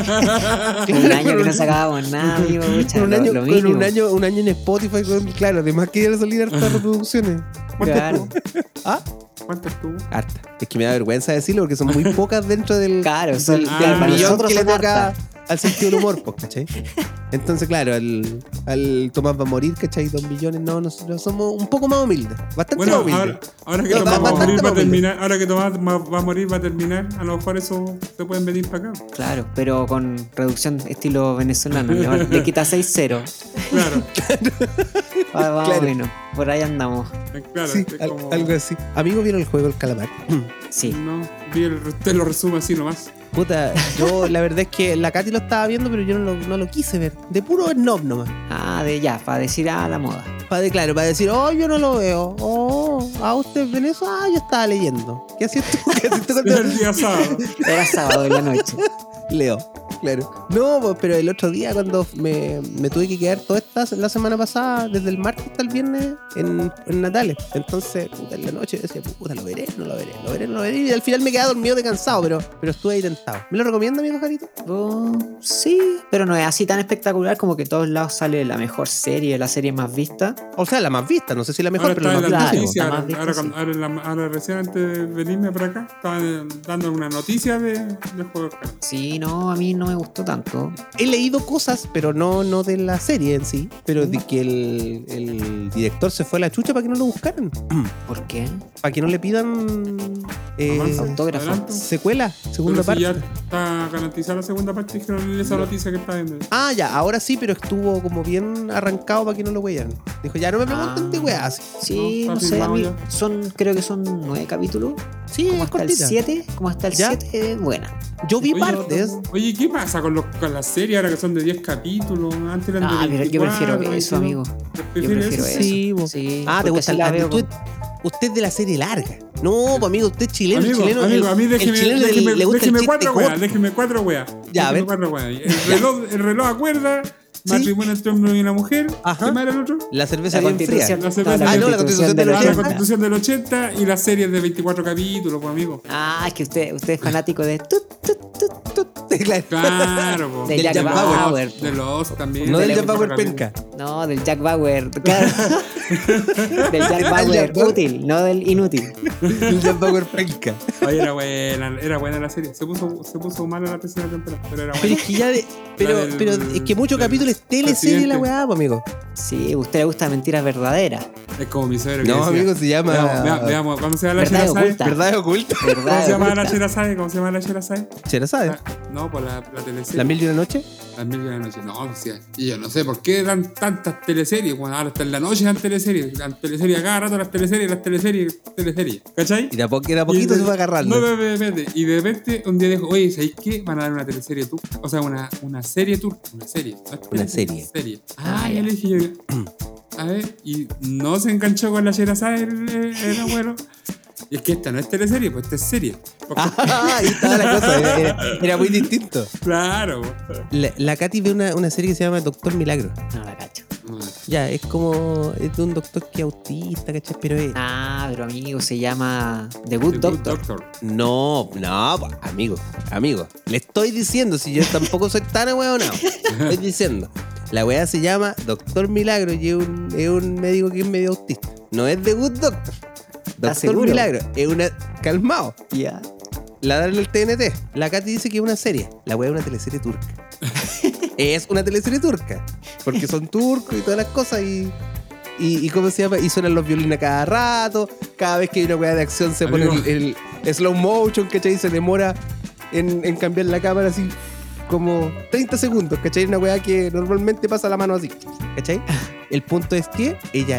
Un año que no sacábamos nada, amigo. Pucha, Con un lo año, con mínimo. un año en Spotify, claro, además que iban a salir hartas reproducciones. Claro. ¿Ah? ¿Cuántas tuvo? Harta. Es que me da vergüenza decirlo porque son muy pocas dentro del, Claro, son, del claro, para millón nosotros que le son toca hartas. al sentido del humor, pues, ¿cachai? Entonces, claro, al Tomás va a morir, ¿cachai? 2 millones, no, nosotros somos un poco más humildes. Bastante Bueno, más humildes. ahora que No, Tomás va a bastante morir va a más humilde. terminar, ahora que Tomás va a morir va a terminar, a lo mejor eso se pueden venir para acá. Claro, pero con reducción estilo venezolano. Le quita 6-0. Claro, Más Claro. o menos. Por ahí andamos. claro. Sí, es como- algo así. Amigo, ¿vieron el juego del calamar? Sí. No, te lo resumo así nomás. Puta, yo la verdad es que la Katy lo estaba viendo, pero yo no lo quise ver. De puro snob nomás. Ah, para decir la moda. Para decir, oh, yo no lo veo. Oh, ¿usted ven eso? Ah, yo estaba leyendo. ¿Qué hacías tú? ¿Qué hacías tú cuando El día sábado. Era sábado en la noche. Leo? Claro. No, pues, pero el otro día cuando me tuve que quedar la semana pasada, desde el martes hasta el viernes, en Natales. Entonces, puta, en la noche decía, puta, lo veré. Y al final me quedé dormido de cansado, pero estuve ahí tentado. ¿Me lo recomienda, amigo Jarito? Oh, sí, pero no es así tan espectacular como que todos lados sale la mejor serie, la serie más vista. O sea, la más vista, no sé si la mejor, Ahora pero la está más en la vista. Claro, noticia, la más vista, ahora recién antes de venirme para acá, estaban dando una noticia del juego. Sí, no, a mí no me gustó tanto. He leído cosas, pero no de la serie en sí, pero de que el director se fue a la chucha para que no lo buscaran. ¿Por qué? Para que no le pidan autógrafo. Adelanto. secuela, segunda Pero si parte. ya está garantizada la segunda parte, dijeron en esa noticia que está viendo. Ah, ya, ahora sí, pero estuvo como bien arrancado para que no lo vean. Dijo, ya no me pregunten de weas. Sí, No, no está sé, a mí firmado creo que son 9 capítulos. Sí, Como es hasta el cortita. 7, como hasta el ¿Ya? 7 buena. Yo vi Oye, partes. Oye, ¿qué pasa con las series ahora que son de 10 capítulos? Antes eran de Ah, pero yo 24, prefiero eso, 22. amigo. Yo ¿Prefieres prefiero eso? eso. Sí, bo. Sí, Ah, te porque gusta así la veo usted, usted es de la serie larga. No, pues amigo, usted es chileno. Amigo, el chileno, amigo, a mí el déjeme chileno le gusta déjeme el chiste 4 weas, corto. déjeme 4 weas. Ya, a ver. Déjeme 4 weas. El reloj acuerda, Sí. matrimonio entre un hombre y una mujer. Ajá. ¿Qué más era el otro? La cerveza La bien fría. Constitución. La cerveza No, bien- no, la Constitución del La 80. Constitución del 80 y las series de 24 capítulos, pues amigo. Ah, es que usted es fanático de tut, tut, tut, tut. Claro. Claro, po. De Del Jack Jack Bauer. De los también. No del De Jack Bauer 24 penca. No, del Jack Bauer. Claro. Del Jack Jack Bauer Bauer. útil, no del inútil. El Jack Bauer penca. Oye, era buena la serie. Se puso mala la tercera temporada, pero era Pero buena. es que ya pero es que muchos del capítulos es teleserie la presidente. weá, pues, amigo. Sí, a usted le gustan mentiras verdaderas. Es como mi suegro que No, decía. amigo, se llama Veamos, ¿cómo se llama la Verdad Sherazade? oculta. Verdad oculta. ¿Cómo ¿Verdad? se llama la oculta. Sherazade? ¿Cómo se llama la Sherazade? ¿Se sabe? No, pues la teleserie. ¿La mil y una noche? Las 1000 de la noche. No, o sea, y yo no sé por qué dan tantas teleseries. Bueno, ahora hasta en la noche dan teleseries. Dan teleseries a cada rato, las teleseries. ¿Cachai? Y de a poquito Y se va agarrando. No, espérate. Y de repente un día dijo, oye, ¿sabéis qué? Van a dar una teleserie turca. O sea, una serie turca. Una serie. No es Una teleserie, serie. Ah, Ah, ya ya. le dije yo. A ver, y no se enganchó con la Sherazade el abuelo. Y es que esta no es teleserie, pues esta es serie. Porque- Ah, ahí estaba la cosa. Era muy distinto. Claro. La Katy ve una serie que se llama Doctor Milagro. No la cacho. Ya, es como. Es de un doctor que es autista, ¿cachai? Pero es. Ah, pero amigo, se llama The Good Doctor. No, amigo. Le estoy diciendo, si yo tampoco soy tan ahueonado. Estoy diciendo. La weá se llama Doctor Milagro y es un médico que es medio autista. No es The Good Doctor. Doctor seguro? Milagro. Es una. Calmado. Ya. La dan en el TNT. La Katy dice que es una serie. La weá es una teleserie turca. Es una teleserie turca. Porque son turcos y todas las cosas y ¿cómo se llama? Y suenan los violines a cada rato. Cada vez que hay una weá de acción se pone Amigo. el slow motion, ¿cachai? Se demora en cambiar la cámara así como 30 segundos, ¿cachai? Una weá que normalmente pasa la mano así, ¿cachai? El punto es que ella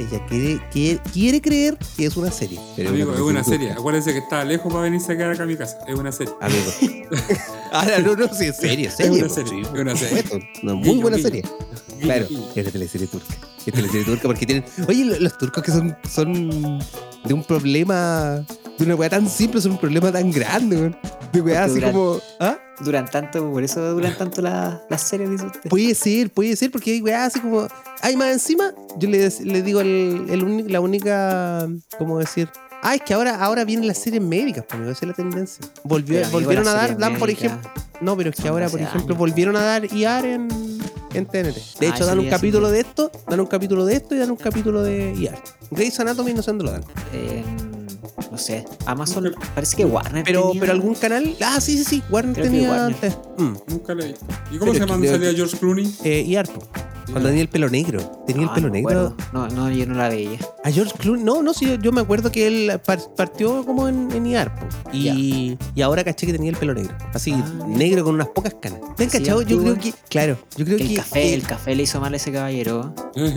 quiere creer que es una serie. Pero Amigo, es una teleserie serie. turca. Acuérdense que está lejos para venirse a quedar acá a mi casa. Es una serie. Amigo. Ahora no, sí, es serie. Es una po, serie, sí, es una por serie. supuesto, una muy Guiño, buena guiño. serie. Guiño, Claro, guiño. es de teleserie turca. Es teleserie turca porque tienen. Oye, los turcos que son de un problema. De una weá tan simple, son un problema tan grande, weón. De weá Porque así como. ¿Ah? Por eso duran tanto las series, dice usted. Puede ser, porque hay weá así como. Hay más encima, yo le digo la única. ¿Cómo decir? Ah, es que ahora vienen las series médicas, pues, amigo, esa es la tendencia. Pero, amigo, Volvieron a las dar, series dan por médicas ejemplo. No, pero es que son ahora, hace por ejemplo, años. volvieron a dar IAR en TNT. De Ah, hecho, dan eso un ya capítulo sí. de esto, dan un capítulo de esto y dan un capítulo de IAR. Grey's Anatomy no sé dónde lo dan. No sé. Amazon, parece que Warner. Pero tenía- algún canal. Ah, sí. Warner Creo que tenía Warner. antes. Nunca lo he visto. ¿Y cómo Pero se llama cuando creo salía que- George Clooney? IAR, po. Cuando tenía el pelo negro. Tenía el Ah, pelo no me negro. acuerdo. No, yo no la veía. A George Clooney, no, sí, yo me acuerdo que él partió como en IAR, po. Y ahora caché que tenía el pelo negro. Así, Ah, negro con unas pocas canas. ¿Te han Sí, cachado? Yo antiguo. creo que, claro, yo creo que El café le hizo mal a ese caballero.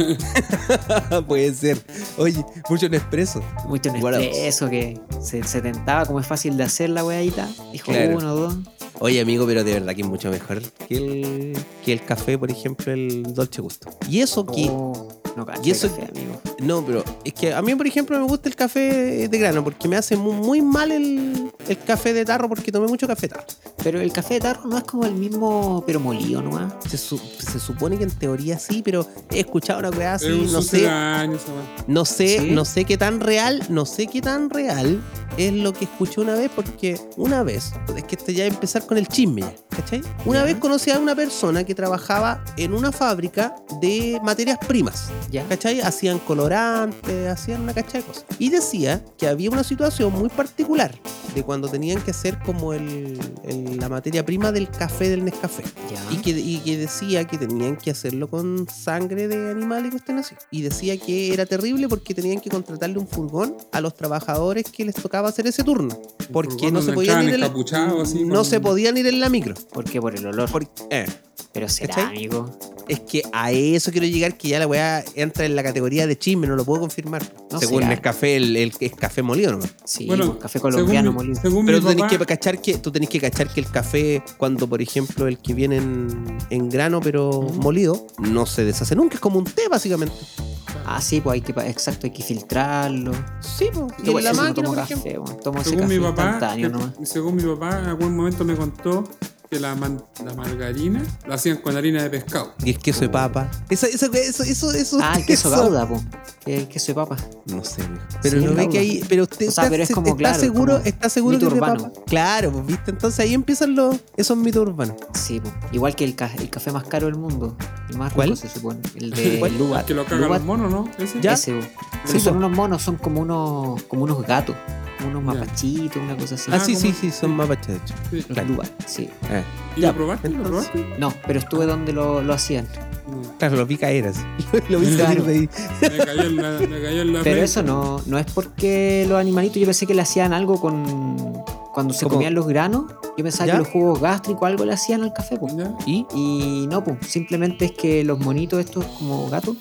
puede ser. Oye, mucho Nespresso. Mucho Guardaos. Nespresso que se tentaba, como es fácil de hacer la weadita. Dijo Claro. 1, 2. Oye, amigo, pero de verdad que es mucho mejor que el café, por ejemplo, el Dolce Gusto. Y eso que... No cacho Y eso- de café, amigo. No, pero es que a mí, por ejemplo, me gusta el café de grano porque me hace muy mal el café de tarro porque tomé mucho café de tarro. Pero el café de tarro no es como el mismo, pero molido, ¿no? Se supone que en teoría sí, pero he escuchado una weá así, Es un no sé. sucedáneo, esa weá. ¿Sí? No sé qué tan real es lo que escuché una vez, porque una vez, es que ya empezar con el chisme ya, ¿cachai? Una Ya. vez conocí a una persona que trabajaba en una fábrica de materias primas, Ya. ¿cachai? Hacían colorantes, hacían una cachai de cosas. Y decía que había una situación muy particular, de cuando tenían que hacer como la materia prima del café del Nescafé. Ya. Y que decía que tenían que hacerlo con sangre de animales y cuestiones así. Y decía que era terrible porque tenían que contratarle un furgón a los trabajadores que les tocaba hacer ese turno. Porque no se podían ir no se podían ir en la micro. ¿Por qué? Por el olor. Pero será, ¿cachai? amigo. Es que a eso quiero llegar, que ya la weá entra en la categoría de chisme, no lo puedo confirmar. No según será. Nescafé, el es café molido, ¿no? Sí, Bueno, pues, café colombiano molido. Según Pero mi tú tenés papá, que cachar que el café, cuando por ejemplo el que viene en grano pero molido, no se deshace nunca, es como un té básicamente. Ah, sí, pues hay que filtrarlo. Sí, pues. Yo Y en la eso no máquina, tomo por café, ejemplo. bueno, tomo ese según café mi papá, instantáneo nomás. según mi papá, en algún momento me contó que la margarina la hacían con harina de pescado. Y el queso de papa. Eso. Ah, el queso eso. gauda, po. El queso de papa. No sé, mijo. Pero Sí, no ve gauda. que ahí. Pero usted O sea, pero es como, está claro, seguro, como está seguro que mito es de urbano. papa. Claro, pues viste. Entonces ahí empiezan esos mitos urbanos. Sí, po. Igual que el café más caro del mundo. El más ¿Cuál? rico, se supone. El de ¿Cuál? Luwak. Que lo cagan Luwak, los monos, ¿no? ¿Ese? ¿Ya? ese, po. Sí, Pero son po. unos monos, son como unos gatos. Unos Ya. mapachitos, una cosa así. Ah, sí, como- sí, son mapaches, de hecho. Sí. Los claro. Luwak, sí. ¿Y Ya, lo probaste? ¿Lo entonces- probaste? No, pero estuve donde lo hacían. No. Claro, lo vi caer así. Lo vi Claro. salir de ahí. Me cayó en la Pero frente. eso no es porque los animalitos, yo pensé que le hacían algo cuando se ¿Cómo? comían los granos, yo pensaba ¿Ya? que los jugos gástricos algo le hacían al café, pues. ¿Ya? ¿Y? Y no, pues simplemente es que los monitos estos como gatos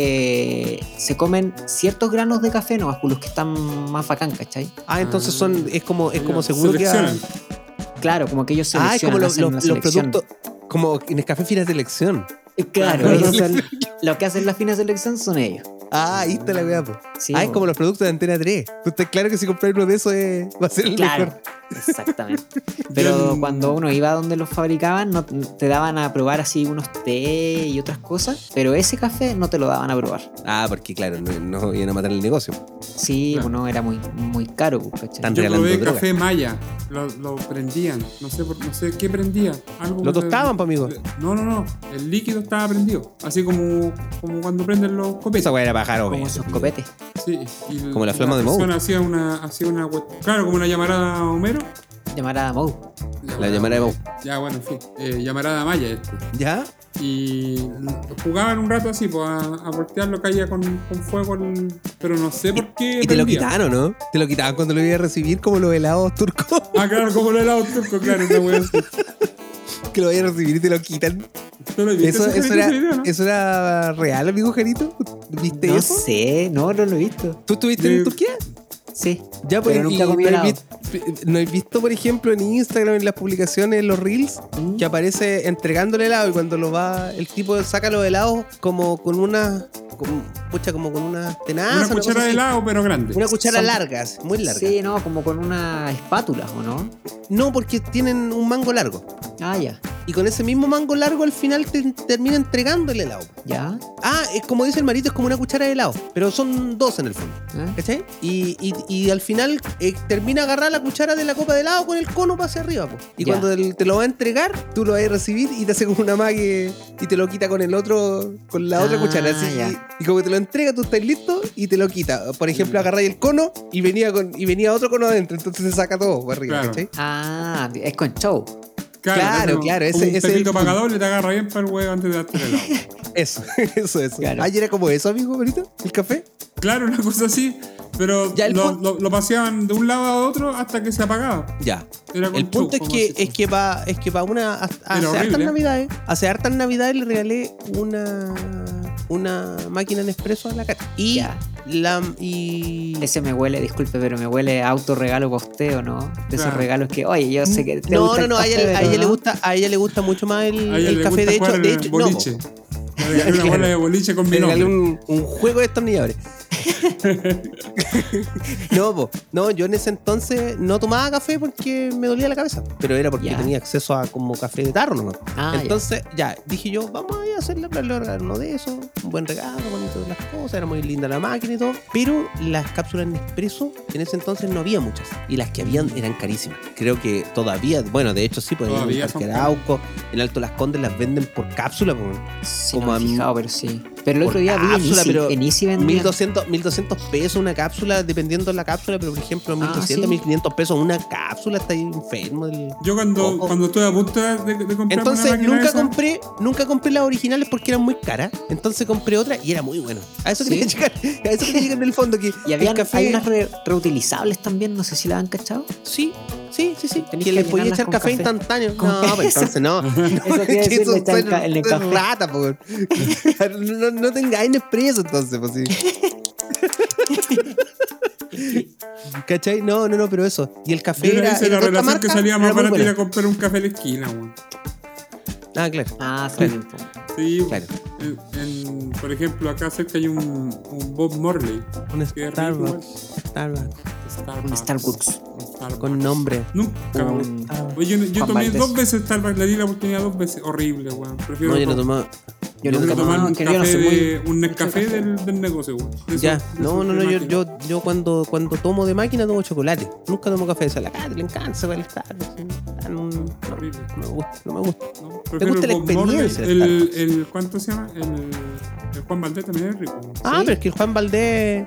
se comen ciertos granos de café nomás, pues los que están más bacán, ¿cachai? Ah, entonces es como Ya, seguro que. seleccionan. Claro, como que ellos Ah, es como seleccionan, los hacen una selección. productos. Como en Nescafé Fina Selección. Claro, Ah, ellos son, lo que hacen la fina selección son ellos. Ah, ahí está la weá, po. Sí, Es po. como los productos de Antena 3. Tú estás claro que si compras uno de esos va a ser el Claro, mejor. exactamente. Pero Yo- cuando uno iba donde los fabricaban, no te daban a probar así unos té y otras cosas, pero ese café no te lo daban a probar. Ah, porque claro, no iban a matar el negocio. Sí, Claro. pues no, era muy, muy caro, pues, ¿cachai? Tan- Yo regalando probé droga. café Maya, lo prendían, no sé qué prendía. Algo Lo que- tostaban, pa' amigo. No, el líquido estaba prendido, así como cuando prenden los copetes. Esa weá era pájaro, Como esos copetes. Sí, y Como la flama de Moe. persona hacía una claro, como una llamarada a Homero. Llamarada Moe. La llamarada de Moe. Ya, bueno, en fin, llamarada Maya este. ¿Ya? Y jugaban un rato así, pues a voltearlo, caía con fuego, pero no sé por qué. Y te lo prendía. quitaban, ¿o no? Te lo quitaban cuando lo iba a recibir, como los helados turcos. Ah, claro, como los helados turcos, claro, una wea así. Que lo vayas a recibir y te lo quitan. ¿Tú lo viste Eso ese video, no? era real, amigo Jarito. ¿Viste No eso? sé, no lo he visto. ¿Tú estuviste en Yo- Turquía? Sí, Ya, pues, pero nunca y comí ¿no helado. ¿no has visto, por ejemplo, en Instagram, en las publicaciones, en los reels, que aparece entregándole helado y cuando lo va, el tipo saca los helados como con una, como con una tenaza, Una cosa cuchara de así. helado, pero grande. Una cuchara Son- larga, muy larga. Sí, no, como con una espátula, ¿o no? No, porque tienen un mango largo. Ah, ya. Y con ese mismo mango largo al final te termina entregando el helado. ¿Ya? Ah, es como dice el marito, es como una cuchara de helado. Pero son dos en el fondo. ¿Eh? ¿Cachai? Y al final termina agarrar la cuchara de la copa de helado con el cono para hacia arriba. Po. Y Ya. cuando te lo va a entregar, tú lo vas a recibir y te hace como una mague y te lo quita con el otro, con la otra Ah, cuchara. Así, ya. y como te lo entrega, tú estás listo y te lo quita. Por ejemplo, agarráis el cono y venía otro cono adentro. Entonces se saca todo para arriba. Claro. ¿Cachai? Ah, es con show. Claro, claro, Como ese un es el pepito punto. pagador le te agarra bien para el huevo antes de darte el helado. Eso. Claro. Ayer era como eso, amigo, marito, el café. Claro, una cosa así, pero Ya, el lo paseaban de un lado a otro hasta que se apagaba. Ya. Era con El punto show, es como que así. es que para una hace horrible, hartas ¿eh? navidades, le regalé una máquina Nespresso a la cara. Y Ya. y Ese me huele, disculpe, pero me huele a autorregalo posteo, ¿no? De esos Claro. regalos que, oye, yo sé que te no, gusta el a café, ella, pero a ella le no. gusta, a ella le gusta mucho más A el ella le café. gusta De jugar hecho, no, boliche. Le regalé una Claro. bola de boliche con mi le regalé nombre. un juego de destornilladores. No, yo en ese entonces no tomaba café porque me dolía la cabeza, pero era porque Ya. tenía acceso a como café de tarro, ¿no? Ah, Entonces, ya, dije yo, vamos a hacerle uno de esos, un buen regalo, bonito de las cosas, era muy linda la máquina y todo, pero las cápsulas Nespresso en ese entonces no había muchas y las que habían eran carísimas. Creo que todavía, bueno, de hecho sí, pues en Todavía el Parque son Arauco, en Alto Las Condes las venden por cápsula, pues. sí, como no a me he mí- fijado, pero sí. Pero el otro día vi en Easy vendían. 1200 pesos una cápsula, dependiendo de la cápsula, pero por ejemplo, 1200, ¿sí? 1500 pesos una cápsula, está ahí enfermo. Yo cuando estoy a punto de comprar Entonces una máquina nunca compré las originales porque eran muy caras. Entonces compré otra y era muy bueno. A eso quería llegar, en el fondo. Que Y el café, hay unas reutilizables también, no sé si la han cachado. Sí. Tenés Que que le podía llenarlas echar con café café. instantáneo. Con No, pues entonces no. Eso quiere decir, le echan en el café. Rata, po. No tengáis Nespresso entonces, pues sí. ¿Cachai? No, pero eso. Y el café Yo le era hice la de otra relación marca, que salía era más muy barato ir buena. a comprar un café a la esquina, weón. Ah, claro. También. Sí, Claro. por ejemplo, acá cerca hay un Bob Morley. Un que es rico, Starbucks. Un Starbucks. Con nombre. Nunca me Un- gustó. Oye, yo Juan tomé Valdés. 2 veces Starbucks, le di la oportunidad 2 veces. Horrible, weón. Prefiero No, yo no tomaba. Yo prefiero nunca tomar no, un que yo no café soy muy- un Nescafé del negocio, weón. De Ya, esos- de no, esos de máquina. yo cuando tomo de máquina tomo chocolate. Nunca tomo café de Salacate, le encanta el Starbucks. No Horrible. me gusta, no me gusta. No, Me prefiero gusta la el Bob Morley, experiencia de el ¿cuánto se llama? El Juan Valdés también es rico. Ah, pero es que el Juan Valdés,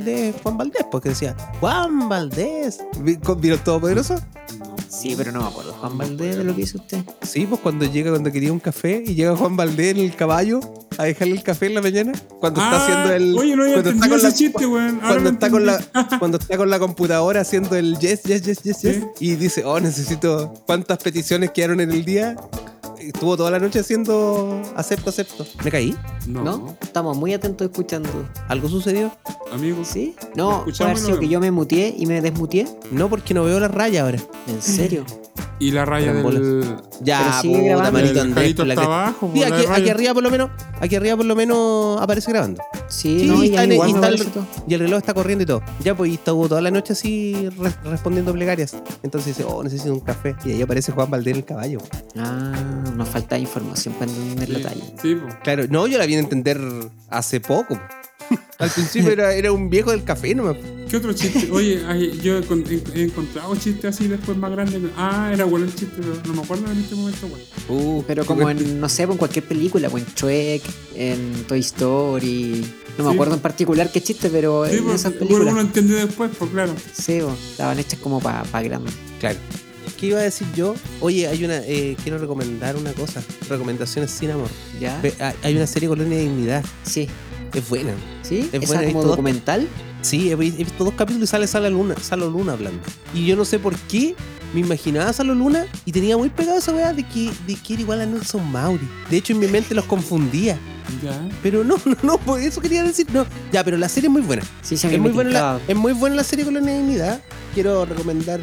porque decía, Juan Valdés. ¿Vieron Todopoderoso? Sí, pero no me acuerdo. Juan Valdés, de lo que hizo usted. Sí, pues cuando quería un café y llega Juan Valdés en el caballo a dejarle el café en la mañana. Cuando está haciendo el. Oye, no había cuando está entendido con ese chiste, weón. Ahora Cuando lo está, con entendí. cuando está con la computadora haciendo el yes, Sí. y dice, necesito, ¿cuántas peticiones quedaron en el día? Estuvo toda la noche haciendo acepto. ¿Me caí? ¿No? Estamos muy atentos escuchando. ¿Algo sucedió? Amigo. ¿Sí? No, puede Escuchamos haber y sido lo que vemos. yo me muteé y me desmuteé. No, porque no veo la raya ahora. ¿En serio? Y la raya Eran del. Ya, Pero sigue puta, grabando. manito El Andrés, Jadito por la está cresta. abajo, Sí, por la aquí raya. arriba por lo menos aparece grabando. Sí, Sí, no, y está a mí igual me está parece todo. y el reloj está corriendo y todo. Ya, pues, y estuvo toda la noche así respondiendo plegarias. Entonces dice, necesito un café. Y ahí aparece Juan Valdés en el caballo. Ah, nos falta información para entender la talla. Sí, po. Claro, no, yo la vine a entender hace poco. Al principio era un viejo del café nomás. ¿Qué otro chiste? Oye, yo he encontrado chistes así después más grandes. Era bueno el chiste, pero no me acuerdo en este momento, bueno. Pero qué como bueno. en, no sé, en cualquier película, pues en Shrek, en Toy Story. No me Sí. acuerdo en particular qué chiste, pero Sí, en pues, esas bueno, películas. uno entendió después, pues claro. Sí, pues, estaban hechas como para grandes. Claro. ¿Qué iba a decir yo? Oye, hay una. Quiero recomendar una cosa. Recomendaciones sin amor. ¿Ya? Hay una serie Colonia de Dignidad. Sí. Es buena. ¿Sí? Es ¿Esa buena, he como visto documental? Sí, he visto 2 capítulos y sale Salo Luna hablando. Y yo no sé por qué me imaginaba a Salo Luna y tenía muy pegado esa weá de que era igual a Nelson Mauri. De hecho, en mi mente los confundía. Ya. Pero no, por eso quería decir. No, ya, pero la serie es muy buena. Sí, sí, a mí Es me muy buena, tincaba. es muy buena la serie Colonia de Dignidad. Quiero recomendar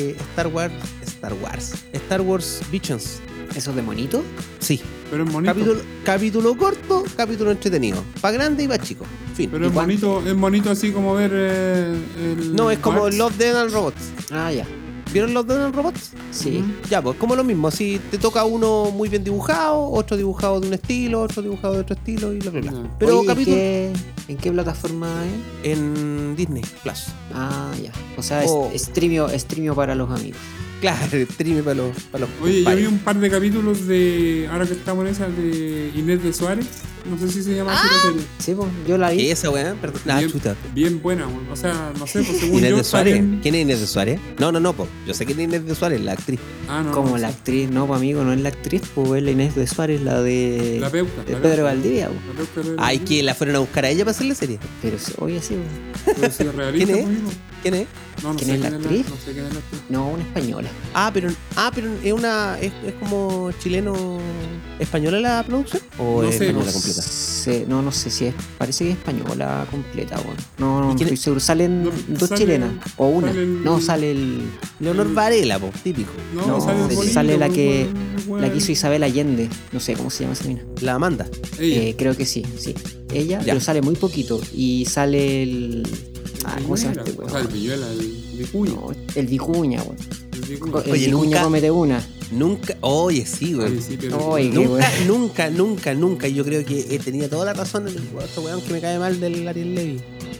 Star Wars Visions. ¿Esos de monito? Sí, Pero es bonito. capítulo corto, capítulo entretenido. Para grande y para chico. Fin. Pero es bonito así como ver el. No, es como Watts. Love, Death and Robots. Ah, ya. ¿Vieron Love, Death and Robots? Sí. Ya, pues como lo mismo. Si te toca uno muy bien dibujado, otro dibujado de un estilo, otro dibujado de otro estilo y bla, bla, bla. Ya. Pero Oye, capítulo ¿en qué plataforma es? en Disney Plus. Ah, ya. O sea, Oh. es streamio para los amigos. Claro, stream para los Oye, yo compadres. vi un par de capítulos de. Ahora que estamos en esa, de Inés de Suárez. No sé si se llama así la serie. Sí, pues, yo la vi. ¿Qué es esa weá? Perdón. Ah, bien, chuta. bien buena, güey. O sea, no sé, pues según ¿Inés yo. de Suárez? salen- ¿Quién es Inés de Suárez? No, po. Yo sé quién es Inés de Suárez, la actriz. Ah, no. Como no la sé. actriz, no, pues amigo, no es la actriz, pues es la Inés de Suárez, la de. La Peuta. de la Pedro Peuta. Valdivia, pues. La Peuta de- Ay, que la fueron a buscar a ella para hacer la serie. Pero oye, sí, pues. Pero si es realista, ¿Quién es? pues, amigo. ¿Quién es? No, no ¿Quién sé es la actriz? No sé quién es la actriz. No, una española. Pero es una. Es como chileno española la producción. ¿O No es sé, española no completa? No sé si es. Parece que es española completa, bueno. No ¿Y quién estoy es? seguro. Salen No, dos sale- chilenas. O una. sale el- No, sale el. Leonor Varela, po, típico. No, sale el bonito, sale la pues, que. weón, La que hizo Isabel Allende. No sé cómo se llama esa mina. La Amanda. Ella. Creo que sí, sí. Ella, Ya. pero sale muy poquito. Y sale el. ¿Cómo se llama este O sea, el weón? Villuela, el Vicuña. No, el Vicuña, weón. El Vicuña. El Oye, Vicuña nunca- comete una. Nunca. Oye, sí, güey. Ay, sí, pero- Oye, qué Nunca. Yo creo que tenía toda la razón el otro weón que me cae mal del Ariel Levy.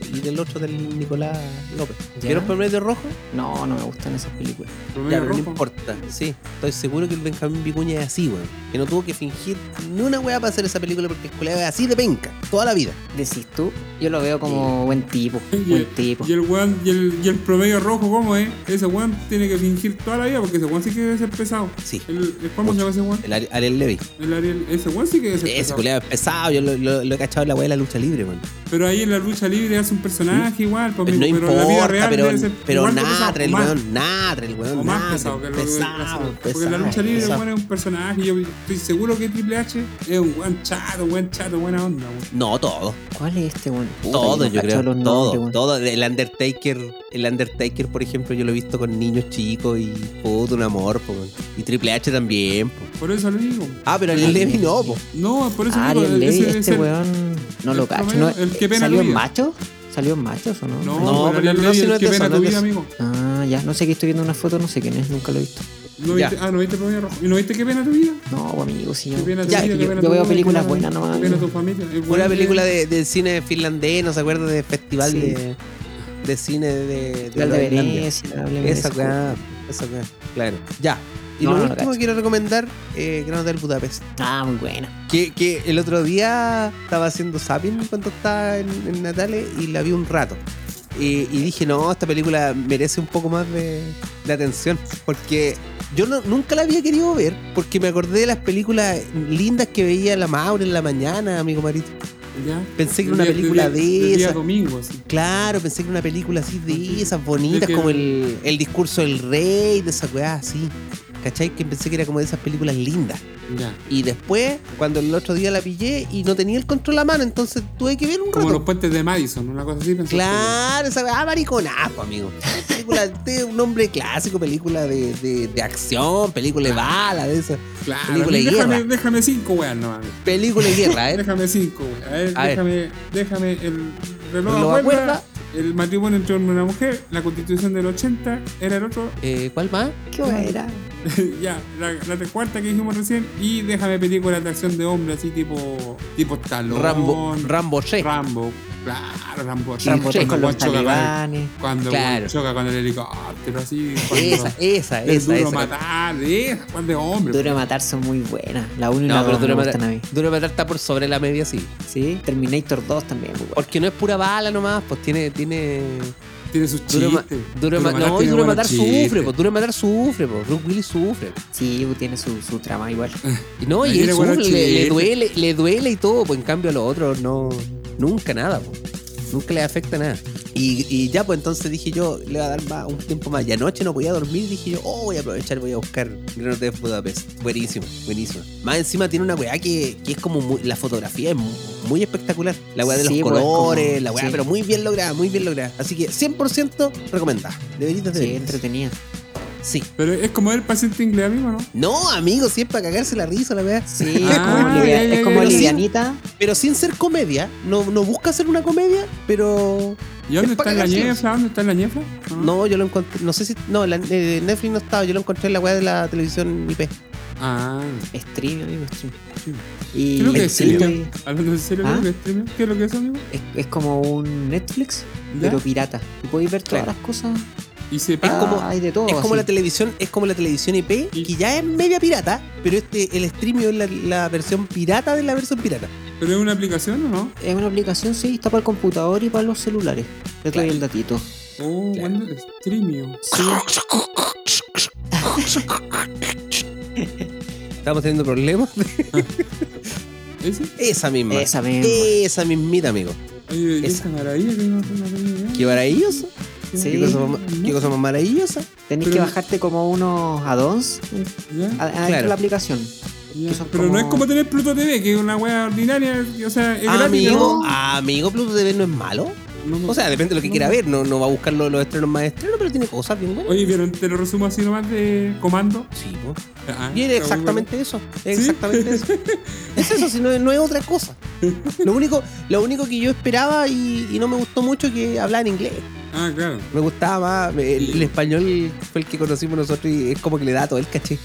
y del otro del Nicolás López. ¿Ya? ¿Vieron Promedio Rojo? No me gustan esas películas. Ya, pero no importa. Sí, estoy seguro que el Benjamín Vicuña es así, weón. Que no tuvo que fingir ni una weá para hacer esa película porque el culiao es así de penca, toda la vida. Decís tú, yo lo veo como buen tipo. Buen tipo. Y el weón, y el promedio rojo, ¿cómo es? Ese weón tiene que fingir toda la vida porque ese weón sí que debe ser pesado. Sí. ¿Cómo se llama ese weón? El Ariel Levy. El Ariel. Ese weón sí que debe ser Ese pesado. culiao es pesado, yo lo he cachado en la weá de la lucha libre, weón. Pero ahí en la lucha libre hace un personaje igual, pues, Pero no pero en la vida importa, real debe ser pero igual de pesado, natre el o más. weón, natre el weón. O más natre, pesado que lo que pesado, porque en la lucha libre el weón es un personaje. Yo estoy seguro que Triple H es un buen chato, buena onda, weón. No, todo. ¿Cuál es este, weón? Puta, Todo, no yo cacho creo. los Todo, nombres, weón. todo. El Undertaker, por ejemplo, yo lo he visto con niños chicos y puto, un amor, po, weón. Y Triple H también, po. Por eso lo digo. Ah, pero Ariel Levy no, po. No, por eso Ariel digo. Levy, ese es este el- weón, no el lo cacho. promedio, ¿No? el que pena ¿Salió tu en vida. machos? ¿Salió en machos o no? No, No, pero pero el no, Levy si no es es que de pena eso, tu no es vida, de amigo. Ah, ya, no sé que estoy viendo una foto, no sé quién es, nunca lo he visto. ¿No viste, Ya. ¿No viste Promedio Rojo? ¿Y no viste qué pena tu vida? No, pues, amigo, sí. ¿Qué pena tu Ya, vida? yo- ¿Qué pena yo tu veo vida? películas ¿Qué buenas pena- nomás, ¿Qué pena amigo. tu familia? Es Una bueno película que- del cine finlandés, ¿no se acuerda? De festival Sí. de cine de La de Finlandia. Venecia, la de Esa weá, claro. Ya. Y No, lo no lo último cacho. que quiero recomendar, Gran Hotel Budapest. Ah, muy buena. Que el otro día estaba haciendo zapping cuando estaba en Natales y la vi un rato. Y dije, no, esta película merece un poco más de atención. Porque yo nunca la había querido ver, porque me acordé de las películas lindas que veía la Maura en la mañana, amigo Marito. Ya. Pensé que era El una día- película del de día esas. domingo, así. Claro, pensé que era una película así de esas bonitas, De que- como el discurso del rey, de esa weá así. ¿Cachai? Que pensé que era como de esas películas lindas. Ya. Y después, cuando el otro día la pillé y no tenía el control a mano, entonces tuve que ver un Como rato. los puentes de Madison, una cosa así. pensaste. Claro, esa weá, mariconazo, amigo. Película de un nombre clásico, película de acción, película de bala, de esas. Claro, Película de guerra. déjame 5 weas nomás. Película de guerra, ¿eh? Déjame 5, weas. A ver. Déjame el reloj Reloj a a cuerda, cuerda. el matrimonio entre hombre y una mujer, la constitución del 80, era el otro. ¿Cuál más? ¿Qué era? Ya, la cuarta que dijimos recién. Y déjame películas de acción de hombre, así tipo Stallone. Rambo 3. Rambo. Claro, Rambo. Sí, Rambo sí, con los choca talibanes. cuando Claro. choca con el helicóptero, así. Cuando Esa. es duro matar, cuando de hombre. Duro de matar son muy buenas. La 1 y No, la pero 2 me Duro de gustan a mí. Matar, Duro de Matar está por sobre la media, sí. Sí, Terminator 2 también, muy buena. Porque no es pura bala nomás, pues tiene Tiene sus Duro, chistes. Duro de Matar no, y tiene Duro de buenos Matar chistes. sufre, pues Duro de Matar sufre, pues Bruce Willis sufre. Sí, tiene su trama igual. Y no, Ahí y él tiene buenos sufre, le chistes. duele y todo, pues en cambio a los otros no, nunca nada, pues. Nunca le afecta nada. Y ya, pues entonces dije yo, le voy a dar un tiempo más. Y anoche no podía dormir, dije yo, voy a aprovechar, voy a buscar Gran Hotel Budapest. Buenísimo. Más encima tiene una weá que es como la fotografía es muy espectacular. La weá de los Sí, pues, colores, como- la weá, sí. pero muy bien lograda, muy bien lograda. Así que 100% recomendada. Deberías Sí, de entretenida. Sí. Pero es como el paciente inglés, amigo, ¿no? No, amigo, si es para cagarse la risa, la weá. Sí, Ah, es como, ya, es como ya, ya. livianita. Pero sin ser comedia. No busca ser una comedia, pero. ¿Y dónde Es pa' está la cagarse. ñefla? ¿Dónde está la ñefla? No, yo lo encontré. No sé si. No, Netflix no estaba. Yo lo encontré en la weá de la televisión IP. Ah, Stream, amigo, stream. sí. Y ¿Qué es lo que es sí, streaming? Hablando en serio, ¿qué es ¿Ah? lo que es streaming? ¿Qué es lo que es, amigo? es como un Netflix, ¿Ya? pero pirata. Y podéis ver todas Claro. las cosas. Y se Es paga. como- Hay de todo. Es como así. la televisión IP, Y- que ya es media pirata, pero el streaming es la versión pirata de la versión pirata. ¿Pero es una aplicación o no? Es una aplicación, sí, está para el computador y para los celulares. Yo te doy el datito. Oh, Claro. bueno, streaming. Sí, Estamos teniendo problemas. ¿Ese? Esa misma. esa misma. Esa mismita, amigo. Oye, Esa. esa maravilla que no tenía idea. Qué maravilloso. Sí. Qué cosa más maravillosa. Tenés Pero- que bajarte como unos add-ons ¿Ya? adentro Claro. de la aplicación. Ya. que son Pero no como- es como tener Pluto TV, que es una wea ordinaria, o sea, es gratis. Amigo, ¿no? amigo, Pluto TV no es malo. No, O sea, depende de lo que no. quiera ver. No va a buscar los estrenos más estrenos, pero tiene cosas bien buenas. Oye, ¿vieron? Te lo resumo así nomás de comando. Sí, pues. Ah, Y es está muy exactamente eso. Es ¿Sí? exactamente eso. Es eso, si no es otra cosa. Lo único que yo esperaba y no me gustó mucho es que hablaba en inglés. bueno. Ah, claro. Me gustaba más. El español fue el que conocimos nosotros y es como que le da todo el caché.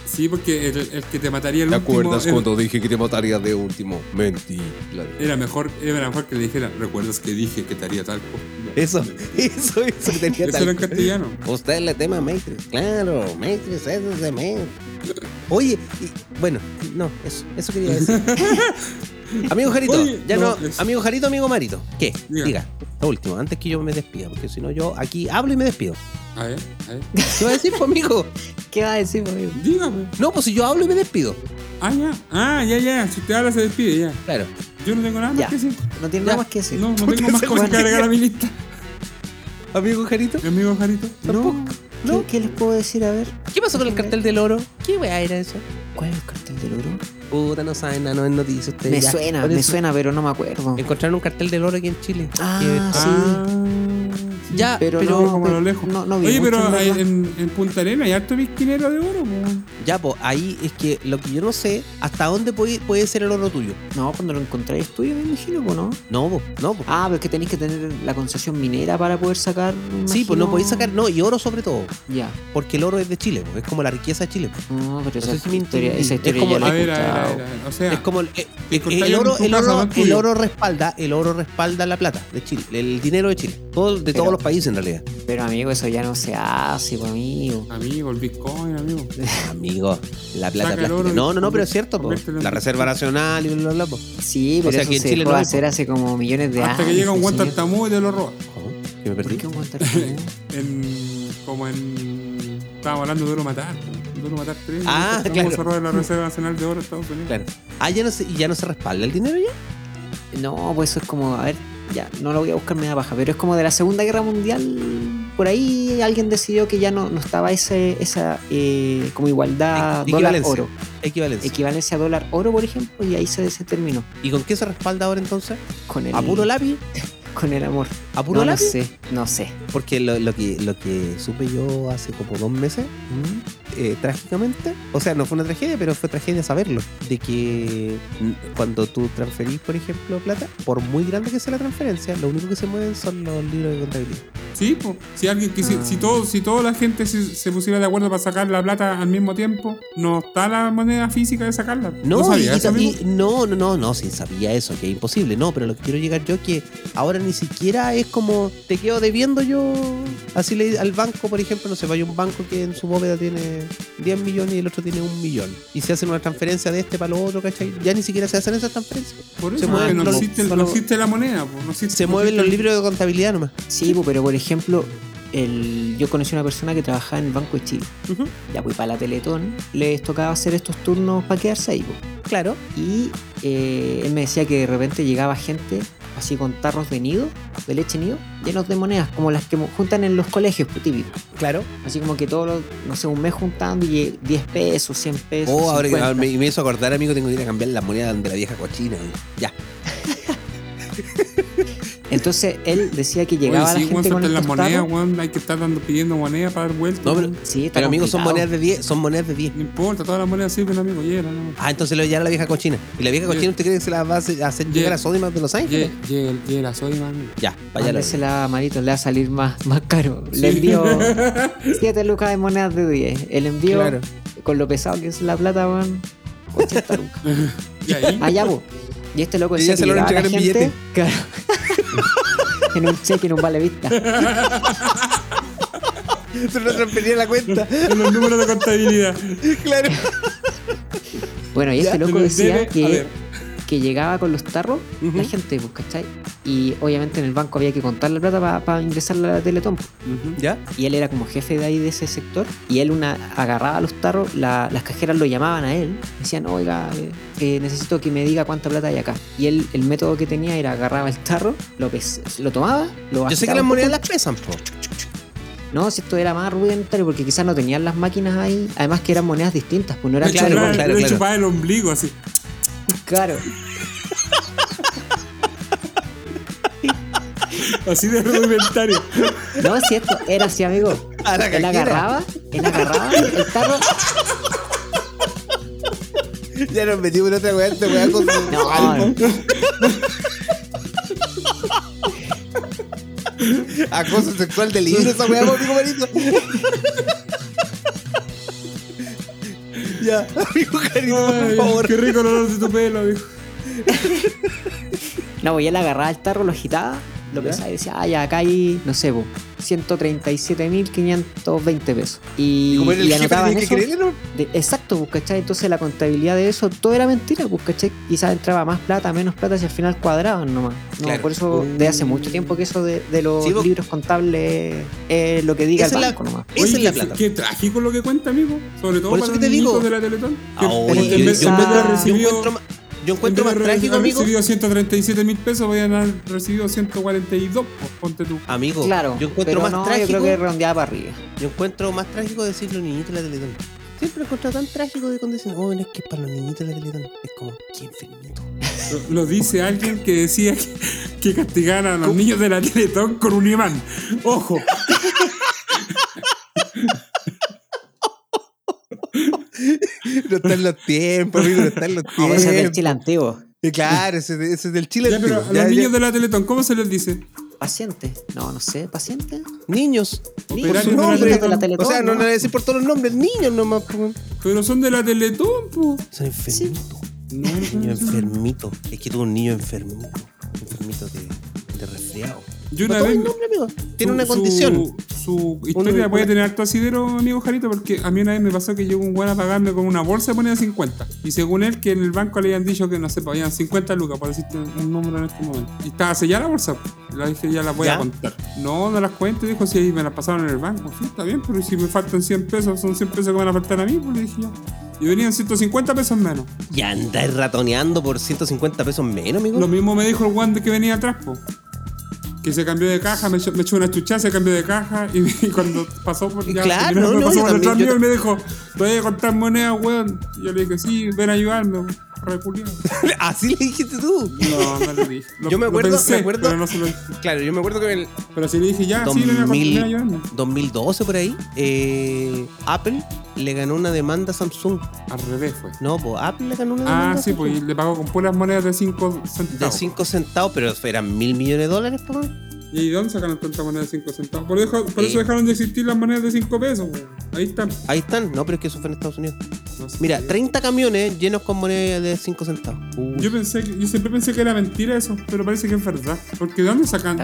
Sí, porque el que te mataría el ¿Te último... acuerdas cuando dije que te mataría de último? Mentí. Era mejor que le dijera, ¿recuerdas que dije que te haría talco? Eso que tenía Eso era en castellano. Usted le tema a Matrix. Claro, Matrix es de Matrix. Oye, bueno, no, eso quería decir. Amigo Jarito, Oye, ya no, amigo Jarito, amigo Marito. ¿Qué? Diga. Diga, lo último, antes que yo me despida, porque si no yo aquí hablo y me despido. A ver. ¿Qué va a decir, pues, amigo? ¿Qué va a decir, amigo? Dígame. No, pues si yo hablo y me despido. Ya. Si usted habla, se despide, ya. Claro. Yo no tengo nada más Ya. que decir. No tiene Ya. nada más que decir. No tengo más cosas que agregar a mi lista. Amigo Jarito, Mi amigo Jarito. tampoco. ¿No? ¿Qué les puedo decir? A ver. ¿Qué pasó con el cartel del oro? ¿Qué weá era eso? ¿Cuál es el cartel del oro? Puta, no saben nada, no es noticia ustedes. Me suena, pero no me acuerdo. Encontraron un cartel del oro aquí en Chile. Ah, sí. Ya, Pero pero no, Como a lo lejos. no vi Oye, mucho, pero en verdad. en Punta Arenas hay harto visquinero de oro, po. ya, pues ahí es que lo que yo no sé, ¿hasta dónde puede ser el oro tuyo? No, cuando lo encontráis es tuyo, me imagino, ¿no? No, po, no, po. Ah, pero es que tenéis que tener la concesión minera para poder sacar. me Sí, pues no imagino. podéis sacar, no, y oro sobre todo, Ya. porque el oro es de Chile, po, es como la riqueza de Chile. Po. No, pero sé si me entendí. esa Es historia como- ya la A he ver. escuchado. O sea, Es como encontráis el oro, en tu casa, no es tuyo. el oro respalda la plata de Chile, el dinero de Chile, de todos los países en realidad. Pero amigo, eso ya no se hace, pues, amigo. amigo, el Bitcoin, amigo. Amigo, la plata Saca el oro plástica. y No, pero es cierto, po. conviértelo en La Reserva Nacional y bla, bla, bla, po. Sí, pero sea, eso aquí en se Chile dejó no de hay, hacer hace como millones de años. Hasta que llega un buen señor. tartamudo y te lo roba. ¿Cómo? ¿Que me ¿Por perdí? qué un buen tartamudo? Estábamos hablando de Duro Matar. Duro Matar 3. Ah, claro. Se roba la Reserva Nacional de Oro de Estados Unidos. Claro. Ah, ya no se respalda el dinero ya. No, pues eso es como, a ver, ya, no lo voy a buscar, me da paja, pero es como de la Segunda Guerra Mundial. Por ahí alguien decidió que ya no estaba esa como igualdad Equivalencia. dólar-oro. Equivalencia dólar-oro, por ejemplo, y ahí se terminó. ¿Y con qué se respalda ahora entonces? Con el, ¿A puro lápiz? Con el amor. ¿A puro No lápiz? No sé. Porque lo que supe yo hace como 2 meses, trágicamente, o sea, no fue una tragedia, pero fue tragedia saberlo, de que cuando tú transferís, por ejemplo, plata, por muy grande que sea la transferencia, lo único que se mueven son los libros de contabilidad. Sí, pues. Si alguien si toda la gente se pusiera de acuerdo para sacar la plata al mismo tiempo, no está la moneda física de sacarla. No, sabía eso, amigo? no, sí sabía eso, que es imposible, no, pero lo que quiero llegar yo es que ahora ni siquiera es como te quedo debiendo yo, así le al banco, por ejemplo, no sé, vaya un banco que en su bóveda tiene 10 millones y el otro tiene 1 millón, y se hacen una transferencia de este para lo otro, ¿cachai? Ya ni siquiera se hacen esas transferencias. Por se eso, mueven porque no los- existe la moneda. Pues, no existe, Se no mueven los existe- libros de contabilidad nomás. Sí, pues, pero por ejemplo, yo conocí una persona que trabajaba en el Banco de Chile. Ujú. Ya, pues para la Teletón les tocaba hacer estos turnos para quedarse ahí, pues. Claro. Y él me decía que de repente llegaba gente así con tarros de nido, de leche nido, llenos de monedas, como las que juntan en los colegios, pues, típico. Claro. Así como que todos los, no sé, un mes juntando y 10 pesos, 100 pesos. Oh, ahora 50. me hizo acordar, amigo, tengo que ir a cambiar las monedas de la vieja cochina. Ya. Entonces él decía que Oye, llegaba sí, la weón, gente con suelten las estos monedas, tarros. weón. Hay que estar pidiendo monedas para dar vuelta. No, pero, weón. Sí, está pero amigos, son complicado. monedas de 10, son monedas de 10. No importa, todas las monedas sirven, amigo. Llega, ¿no? Ah, entonces lo lleva a la vieja cochina. ¿Y la vieja cochina usted cree que se la va a hacer llegar a Sodimac de Los Ángeles? Llega la soy, amigo. Ya, vaya. Mándesela a Marito, le va a salir más caro. Le envío 7 lucas de monedas de 10. El envío, Claro. con lo pesado que es la plata, weón, 80 lucas. Y ahí, Allá, po. Y este loco Y decía ya se que lo van a llegaba la entregar en gente, claro, en un cheque, en un vale vista. Se lo transfería la cuenta. en los números de contabilidad. Claro. Bueno, y este Ya, loco pero decía debe haber. que llegaba con los tarros Ujú. la gente, pues, ¿cachai? Y obviamente en el banco había que contar la plata para ingresarla a la Teletón. ¿Ya? Y él era como jefe de ahí de ese sector. Y él agarraba los tarros, las cajeras lo llamaban a él. Decían, oiga, necesito que me diga cuánta plata hay acá. Y él, el método que tenía era agarraba el tarro, lo tomaba, lo Yo sé que agitaba las un monedas poco. las pesan, po. No, si esto era más rudimentario porque quizás no tenían las máquinas ahí. Además que eran monedas distintas, pues no eran Claro, chupar- claro. Le chupaba el ombligo así. Claro. Así de rudimentario. No, si esto era así, amigo. A la Él cajera. agarraba el tarro. Ya nos metimos en otra weá, esta weá con su No, algo. Acoso sexual de libro, esa weá, amigo Marito. Ya, amigo Carito, por Ay, favor. qué rico el olor de tu pelo, dijo. No, pues él agarraba el tarro, lo agitaba, lo pesaba y decía, ya, acá hay, no sé, 137.520 pesos. Y como era el jefe, anotaban tenía que eso. creerle, ¿no? Exacto, pues, ¿cachai? Entonces la contabilidad de eso, todo era mentira, pues, ¿cachai? Quizás entraba más plata, menos plata, si al final cuadraban nomás. No, Claro. por eso, de hace mucho tiempo que eso de los Sí, vos- libros contables es lo que diga Esa el es la- banco nomás. Esa Oye, es la plata. qué trágico lo que cuenta, amigo. Sobre todo Por para eso los que te niñitos digo. de la Teletón. Ah, oye, Pero yo esa- encuentro más trágico, amigo. recibido 137.000 pesos, voy a haber recibido 142, pues, ponte tú. Amigo, Claro, yo encuentro pero más no, trágico. yo creo que redondeaba para arriba. Yo encuentro más trágico decir los niñitos de la Teletón. Siempre he encontrado tan trágico de cuando dicen, oh, es que es para los niñitos de la Teletón. Es como, qué enfermito. Lo dice alguien que decía que castigaran a los niños de la Teletón con un imán. ¡Ojo! No están los tiempos, amigo, no están los No, ese es del tiempos. Chile antiguo. Claro, ese es del Chile Ya, pero antiguo. a Ya, los ya. niños de la Teletón, ¿cómo se les dice? ¿Paciente? No sé, ¿paciente? Niños. Por Operarios su de la nombre. Teletón. De la Teletón, O sea, no ¿no? le voy a decir por todos los nombres, niños nomás. Pues. Pero son de la Teletón, pues. Son enfermitos. No, Niño enfermito. Es que tuvo un niño enfermito. Enfermito de resfriado. Yo No una todo vez. el nombre, amigo. Tiene una su- condición. Su historia puede tener harto asidero, amigo Jarito, porque a mí una vez me pasó que llegó un weón a pagarme con una bolsa de moneda 50. Y según él, que en el banco le habían dicho que no sé, pues, habían 50 lucas, por decirte un número en este momento. Y estaba sellada la bolsa. La dije, ya la voy ¿Ya? a contar. No las cuento. Dijo, sí, me las pasaron en el banco. Sí, está bien, pero si me faltan 100 pesos, son 100 pesos que me van a faltar a mí, pues le dije yo. Y venían 150 pesos menos. Y andáis ratoneando por 150 pesos menos, amigo. Lo mismo me dijo el guan de que venía atrás, po. Que se cambió de caja, me echó una chucha, se cambió de caja y cuando pasó por ya, Claro, primero me no, pasó yo por detrás también, mío yo y me dijo, te voy a contar monedas, weón. Y yo le dije, sí, ven a ayudarme, reculiado. Así le dijiste tú. No le dije. Yo me acuerdo- pensé, me acuerdo- pero no se lo dije. Claro, yo me acuerdo que en el Pero sí le dije, ya, sí, ven a 2000, ayudarme. 2012 por ahí, Apple le ganó una demanda a Samsung. Al revés fue. No, pues Apple le ganó una demanda Ah, a sí, Samsung. pues y le pagó con puras monedas de 5 De centavos. 5 centavos, pero eran $1.000 millones, pues. ¿Y ahí dónde sacaron tanta moneda de 5 centavos? Por eso dejaron de existir las monedas de 5 pesos, weón. Ahí están. Ahí están. No, pero es que eso fue en Estados Unidos. No sé. Mira, 30 camiones llenos con monedas de 5 centavos. Yo siempre pensé que era mentira eso, pero parece que es verdad. Porque ¿de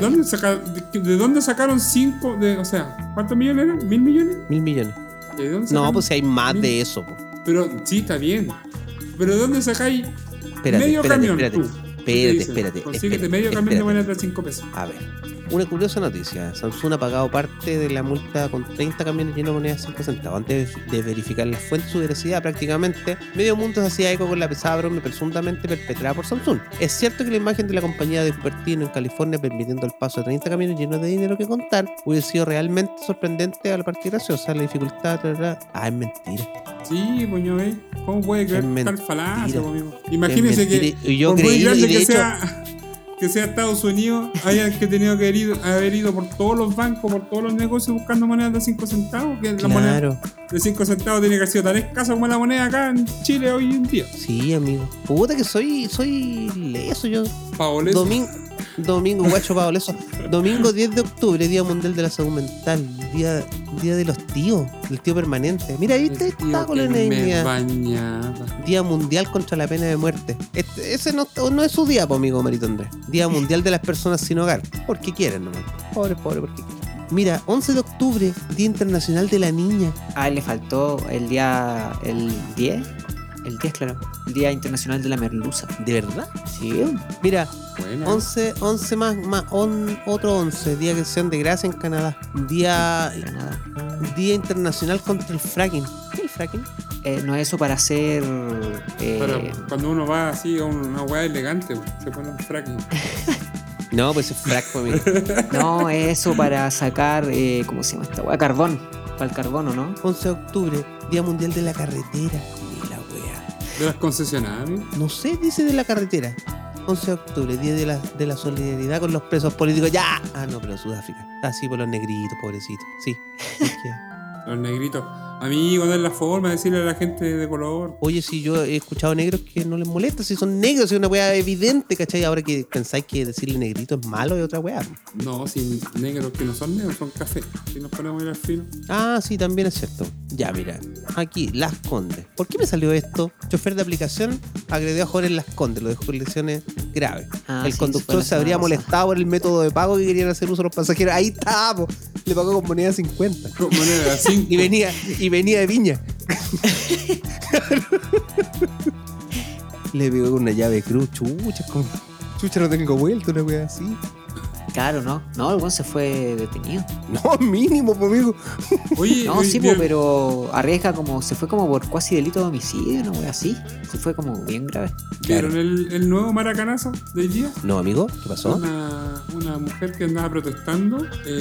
dónde sacaron 5 o sea, ¿cuántos millones eran? ¿1.000 millones? 1.000 millones. ¿Y de dónde No, sacaron pues si hay más 1.000? de eso, po. Pero sí, está bien. Pero ¿de dónde sacáis Espérate, medio espérate, camión espérate. tú? ¿Qué te dicen? Espérate. Consíguete medio camión de espérate. monedas de 5 pesos. A ver, una curiosa noticia. Samsung ha pagado parte de la multa con 30 camiones llenos de monedas de 5 centavos. Antes de verificar la fuente de su veracidad, prácticamente medio mundo se hacía eco con la pesada broma presuntamente perpetrada por Samsung. Es cierto que la imagen de la compañía de Cupertino en California permitiendo el paso de 30 camiones llenos de dinero que contar hubiera sido realmente sorprendente a la parte graciosa, la dificultad, Ah, es mentira. Sí, pues yo ve. ¿Cómo puede creer Es tal mentira. falacia, pues, amigo? Imagínese Es que mentira. Y yo por muy creí, grande y de que hecho- sea Estados Unidos, hayan que tenido que haber ido por todos los bancos, por todos los negocios buscando monedas de 5 centavos, que la moneda Claro. de 5 centavos tiene que haber sido tan escasa como la moneda acá en Chile hoy en día. Sí, amigo. Puta que soy leso yo. Paoles. Domingo, guacho Paoleso. Domingo 10 de octubre, Día Mundial de la Salud Mental. Día de los tíos, del tío permanente. Mira, ¿viste? Está con la me anemia. bañaba. Día Mundial contra la pena de muerte. Ese no es su día, po, amigo Marito Andrés. Día Mundial de las Personas Sin Hogar. Porque quieren nomás. Pobre, porque quieren. Mira, 11 de octubre, Día Internacional de la Niña. A él le faltó el 10. El 10, claro. El Día Internacional de la Merluza. ¿De verdad? Sí. Mira, Bueno. 11 más otro 11. Día de Acción de Gracia en Canadá. Día Internacional contra el fracking. ¿Qué es el fracking? No es eso para hacer. Pero cuando uno va así a una weá elegante, se pone un fracking. No, pues es frac para mí. No, eso para sacar. ¿Cómo se llama esta weá? Carbón. Para el carbono, ¿no? 11 de octubre, Día Mundial de la Carretera. Y la wea. De las concesionarias. No sé, dice de la carretera. 11 de octubre, Día de la Solidaridad con los presos políticos. ¡Ya! Ah, no, pero Sudáfrica. Ah, sí, por los negritos, pobrecitos. Sí. Es que- Los negritos. Amigo, no es la forma de decirle a la gente de color. Oye, si yo he escuchado negros que no les molesta, si son negros, es una weá evidente, ¿cachai? Ahora que pensáis que decirle negrito es malo es otra weá. No, si negros que no son negros, son café. Si nos ponemos a ir al filo. Ah, sí, también es cierto. Ya, mira, aquí, Las Condes. ¿Por qué me salió esto? Chofer de aplicación agredió a jóvenes en Las Condes, lo dejó con lesiones graves. Ah, el sí, conductor fue la se habría semana pasada. molestado por el método de pago que querían hacer uso los pasajeros. Ahí está, po. Le pagó con moneda 50. Con moneda de 5. Y venía de Viña. Le pegó con una llave cruz, chucha, no tengo vuelta, una wea así. Claro, no. No, el weón se fue detenido. No, mínimo, po, amigo. Oye, No, oye, sí, bien. pero arriesga como. Se fue como por cuasi delito de homicidio, una wea así. Se fue como bien grave. ¿Vieron el nuevo maracanazo de hoy día? No, amigo, ¿qué pasó? Una mujer que andaba protestando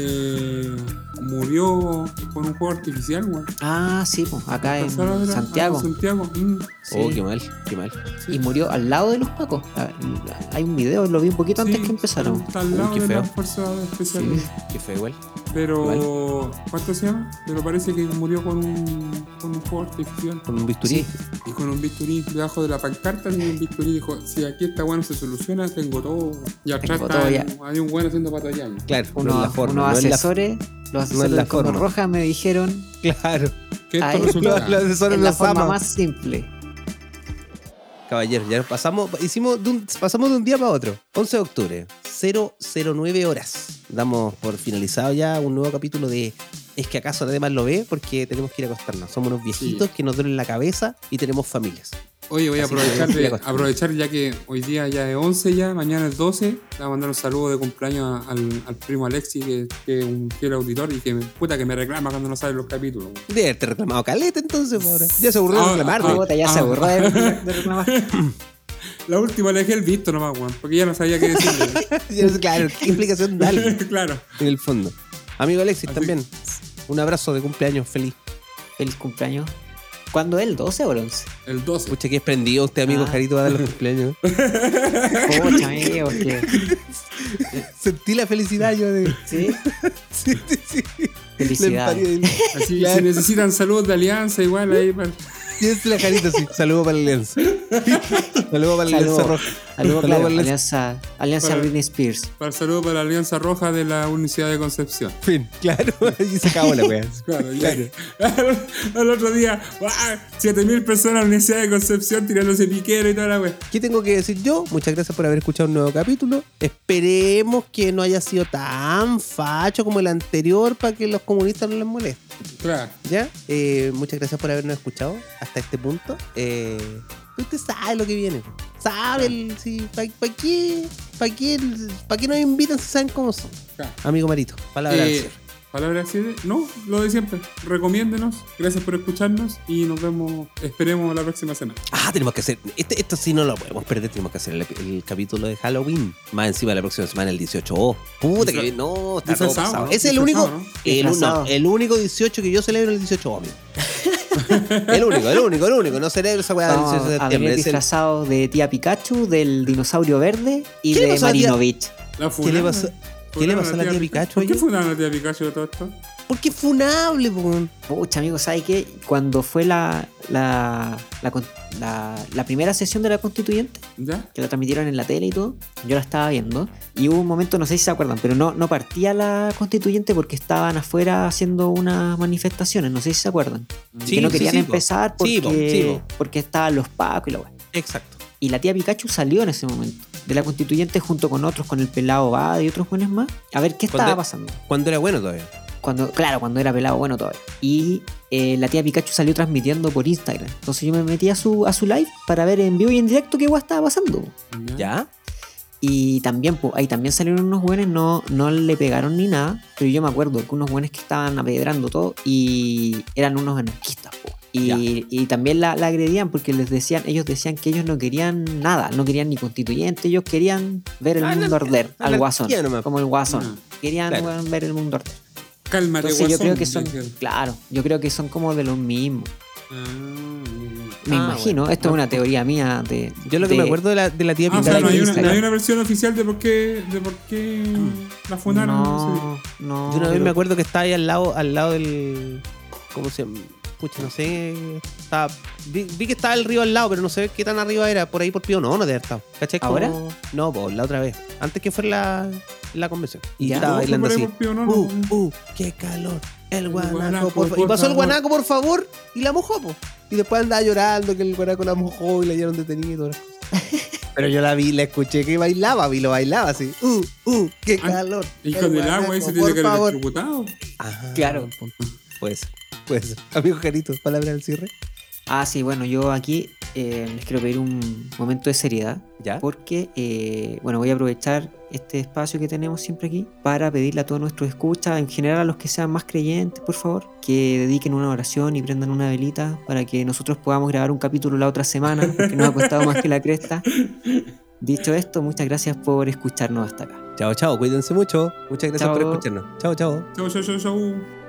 murió con un juego artificial, weón. Ah, sí, pues, acá en ¿Alcanzaron a ver a- Santiago. a Santiago. Sí. Oh, qué mal, qué mal. Y murió al lado de los pacos. Hay un video, lo vi un poquito antes Sí, que empezaron. Está al lado qué de feo. las fuerzas especiales. Qué fue igual. Pero, ¿cuánto se llama? Pero parece que murió con un fuego artificial. Con un bisturí. Sí. Y con un bisturí debajo de la pancarta tenía un bisturí. Dijo, si aquí esta weá no se soluciona, tengo todo. Y atrás Tengo está todo ya. hay un weón haciendo patallán. Claro, no Unos, es la forma. unos no es la- asesores, los asesores la del Condor forma. Roja me dijeron Claro. Que esto Ahí. resulta. Los asesores es la los forma aman. más simple. Caballero, ya pasamos de un día para otro. 11 de octubre, 009 horas. Damos por finalizado ya un nuevo capítulo de Es que acaso nadie más lo ve, porque tenemos que ir a acostarnos. Somos unos viejitos que nos duelen la cabeza y tenemos familias. Oye, voy a Así que aprovechar, voy a acostar. aprovechar ya que hoy día ya es 11 ya, mañana es 12. Le voy a mandar un saludo de cumpleaños al primo Alexi, que es un fiel auditor y que me reclama cuando no salen los capítulos. Debe haberte reclamado caleta entonces, pobre. Ya se aburrió de reclamarte. Puta, ya se aburrió de reclamar. La última le dejé el visto nomás, weón, porque ya no sabía qué decirle. Claro, qué explicación darle Claro. en el fondo. Amigo Alexis, Así- también. Un abrazo de cumpleaños feliz. Feliz cumpleaños. ¿Cuándo es? ¿El 12 o el 11? El 12. Pucha, que es prendido usted, amigo Ah. Jarito, va a dar los cumpleaños. Pucha, amigo, que. Sentí la felicidad yo de... Sí, Sí, sí, sí. felicidades. Así, Claro. si necesitan saludos de alianza, igual ahí. Tienes la carita así. Saludo para la alianza. Saludo para la alianza Saludos. roja. Saludos, Saludo claro. para la Alianza Para- Britney Spears. Para el saludo para la Alianza Roja de la Universidad de Concepción. Fin, claro. Y se acabó la wea. Claro, ya. Al otro día, 7.000 personas en la Universidad de Concepción tirándose piquero y toda la wea. ¿Qué tengo que decir yo? Muchas gracias por haber escuchado un nuevo capítulo. Esperemos que no haya sido tan facho como el anterior para que los comunistas no les molesten. Claro. ¿Ya? Muchas gracias por habernos escuchado hasta este punto. Usted sabe lo que viene. Sabe ¿para qué nos invitan si saben cómo son? Claro. Amigo Marito, palabra al cierre. Palabras así de... No, lo de siempre. Recomiéndenos. Gracias por escucharnos y nos vemos, esperemos la próxima semana. Ah, tenemos que hacer. Esto sí no lo podemos perder. Tenemos que hacer el capítulo de Halloween. Más encima la próxima semana, el 18. Oh, puta que no, está todo Disfrazado, pasado. ¿no? Es el único. Disfrazado, ¿no? Disfrazado. El único 18 que yo celebro el 18, amigo. el único. No celebro esa weá del Vamos 18 de a venir septiembre. Es el- disfrazados de tía Pikachu, del dinosaurio verde y ¿Qué le de pasó a la tía- Marinovich. La ¿Qué le pasó? ¿Qué le pasó a la tía Pikachu ¿Por qué ayer? fundaron a la tía Pikachu de todo esto? Porque es funable, po. Pucha, amigo, ¿sabes qué? Cuando fue la primera sesión de la constituyente, ¿Ya? que la transmitieron en la tele y todo, yo la estaba viendo y hubo un momento, no sé si se acuerdan, pero no partía la constituyente porque estaban afuera haciendo unas manifestaciones, no sé si se acuerdan. Sí, que no sí, querían sí, po. empezar porque, Sí, po, sí, po. porque estaban los pacos y la weá. Exacto. Y la tía Pikachu salió en ese momento de la constituyente junto con otros, con el pelado Bad y otros buenos más, a ver qué estaba Cuando- pasando. Cuando era bueno todavía. Cuando era pelado bueno todavía. Y la tía Pikachu salió transmitiendo por Instagram. Entonces yo me metí a su live para ver en vivo y en directo qué guay estaba pasando. ¿Ya? Y también, pues, ahí también salieron unos buenos, no le pegaron ni nada, pero yo me acuerdo que unos buenos que estaban apedrando todo y eran unos anarquistas, po. Ya. Y también la agredían porque ellos decían que ellos no querían nada, no querían ni constituyente, ellos querían ver el mundo arder al guasón, anarquía nomás. como el guasón. Ah, Querían claro. weón, ver el mundo arder. Cálmate, Entonces yo guasón, creo que son, dijeron. claro, yo creo que son como de los mismos. Me Ah, imagino, bueno. esto es una teoría mía de... Yo lo que de- me acuerdo de la tía Ah, o Pikachu. sea, no hay, Instagram. no hay una versión oficial de por qué la fundaron. No, no. Yo una vez pero- me acuerdo que estaba ahí al lado del. ¿Cómo se llama? pucha, no sé. Vi que estaba el río al lado, pero no sé qué tan arriba era. Por ahí por Pío no debe haber estado. ¿Cachai? ¿Ahora? No, pues la otra vez. Antes que fuera la convención. Y Ya. estaba No, bailando fue por así. ahí por Pío Nono. Qué calor. El guanaco, guanaco, por y pasó el favor. guanaco, por favor, y la mojó, po. Y después andaba llorando que el guanaco la mojó y la llevaron detenido. Pero yo la vi, la escuché que bailaba, y lo bailaba así. Qué calor. Y El con el guanaco, agua ahí se por tiene que haber favor. electrocutado. Ajá, Claro. Pues, amigo Jarito, palabra al cierre. Ah, sí, bueno, yo aquí les quiero pedir un momento de seriedad. ¿Ya? Porque, bueno, voy a aprovechar este espacio que tenemos siempre aquí para pedirle a todos nuestros escuchas, en general a los que sean más creyentes, por favor, que dediquen una oración y prendan una velita para que nosotros podamos grabar un capítulo la otra semana, porque nos ha costado más que la cresta. Dicho esto, muchas gracias por escucharnos hasta acá. Chao, chao, cuídense mucho. Muchas gracias por Chao. escucharnos. Chao, chao. Chau, chau, chau, chau.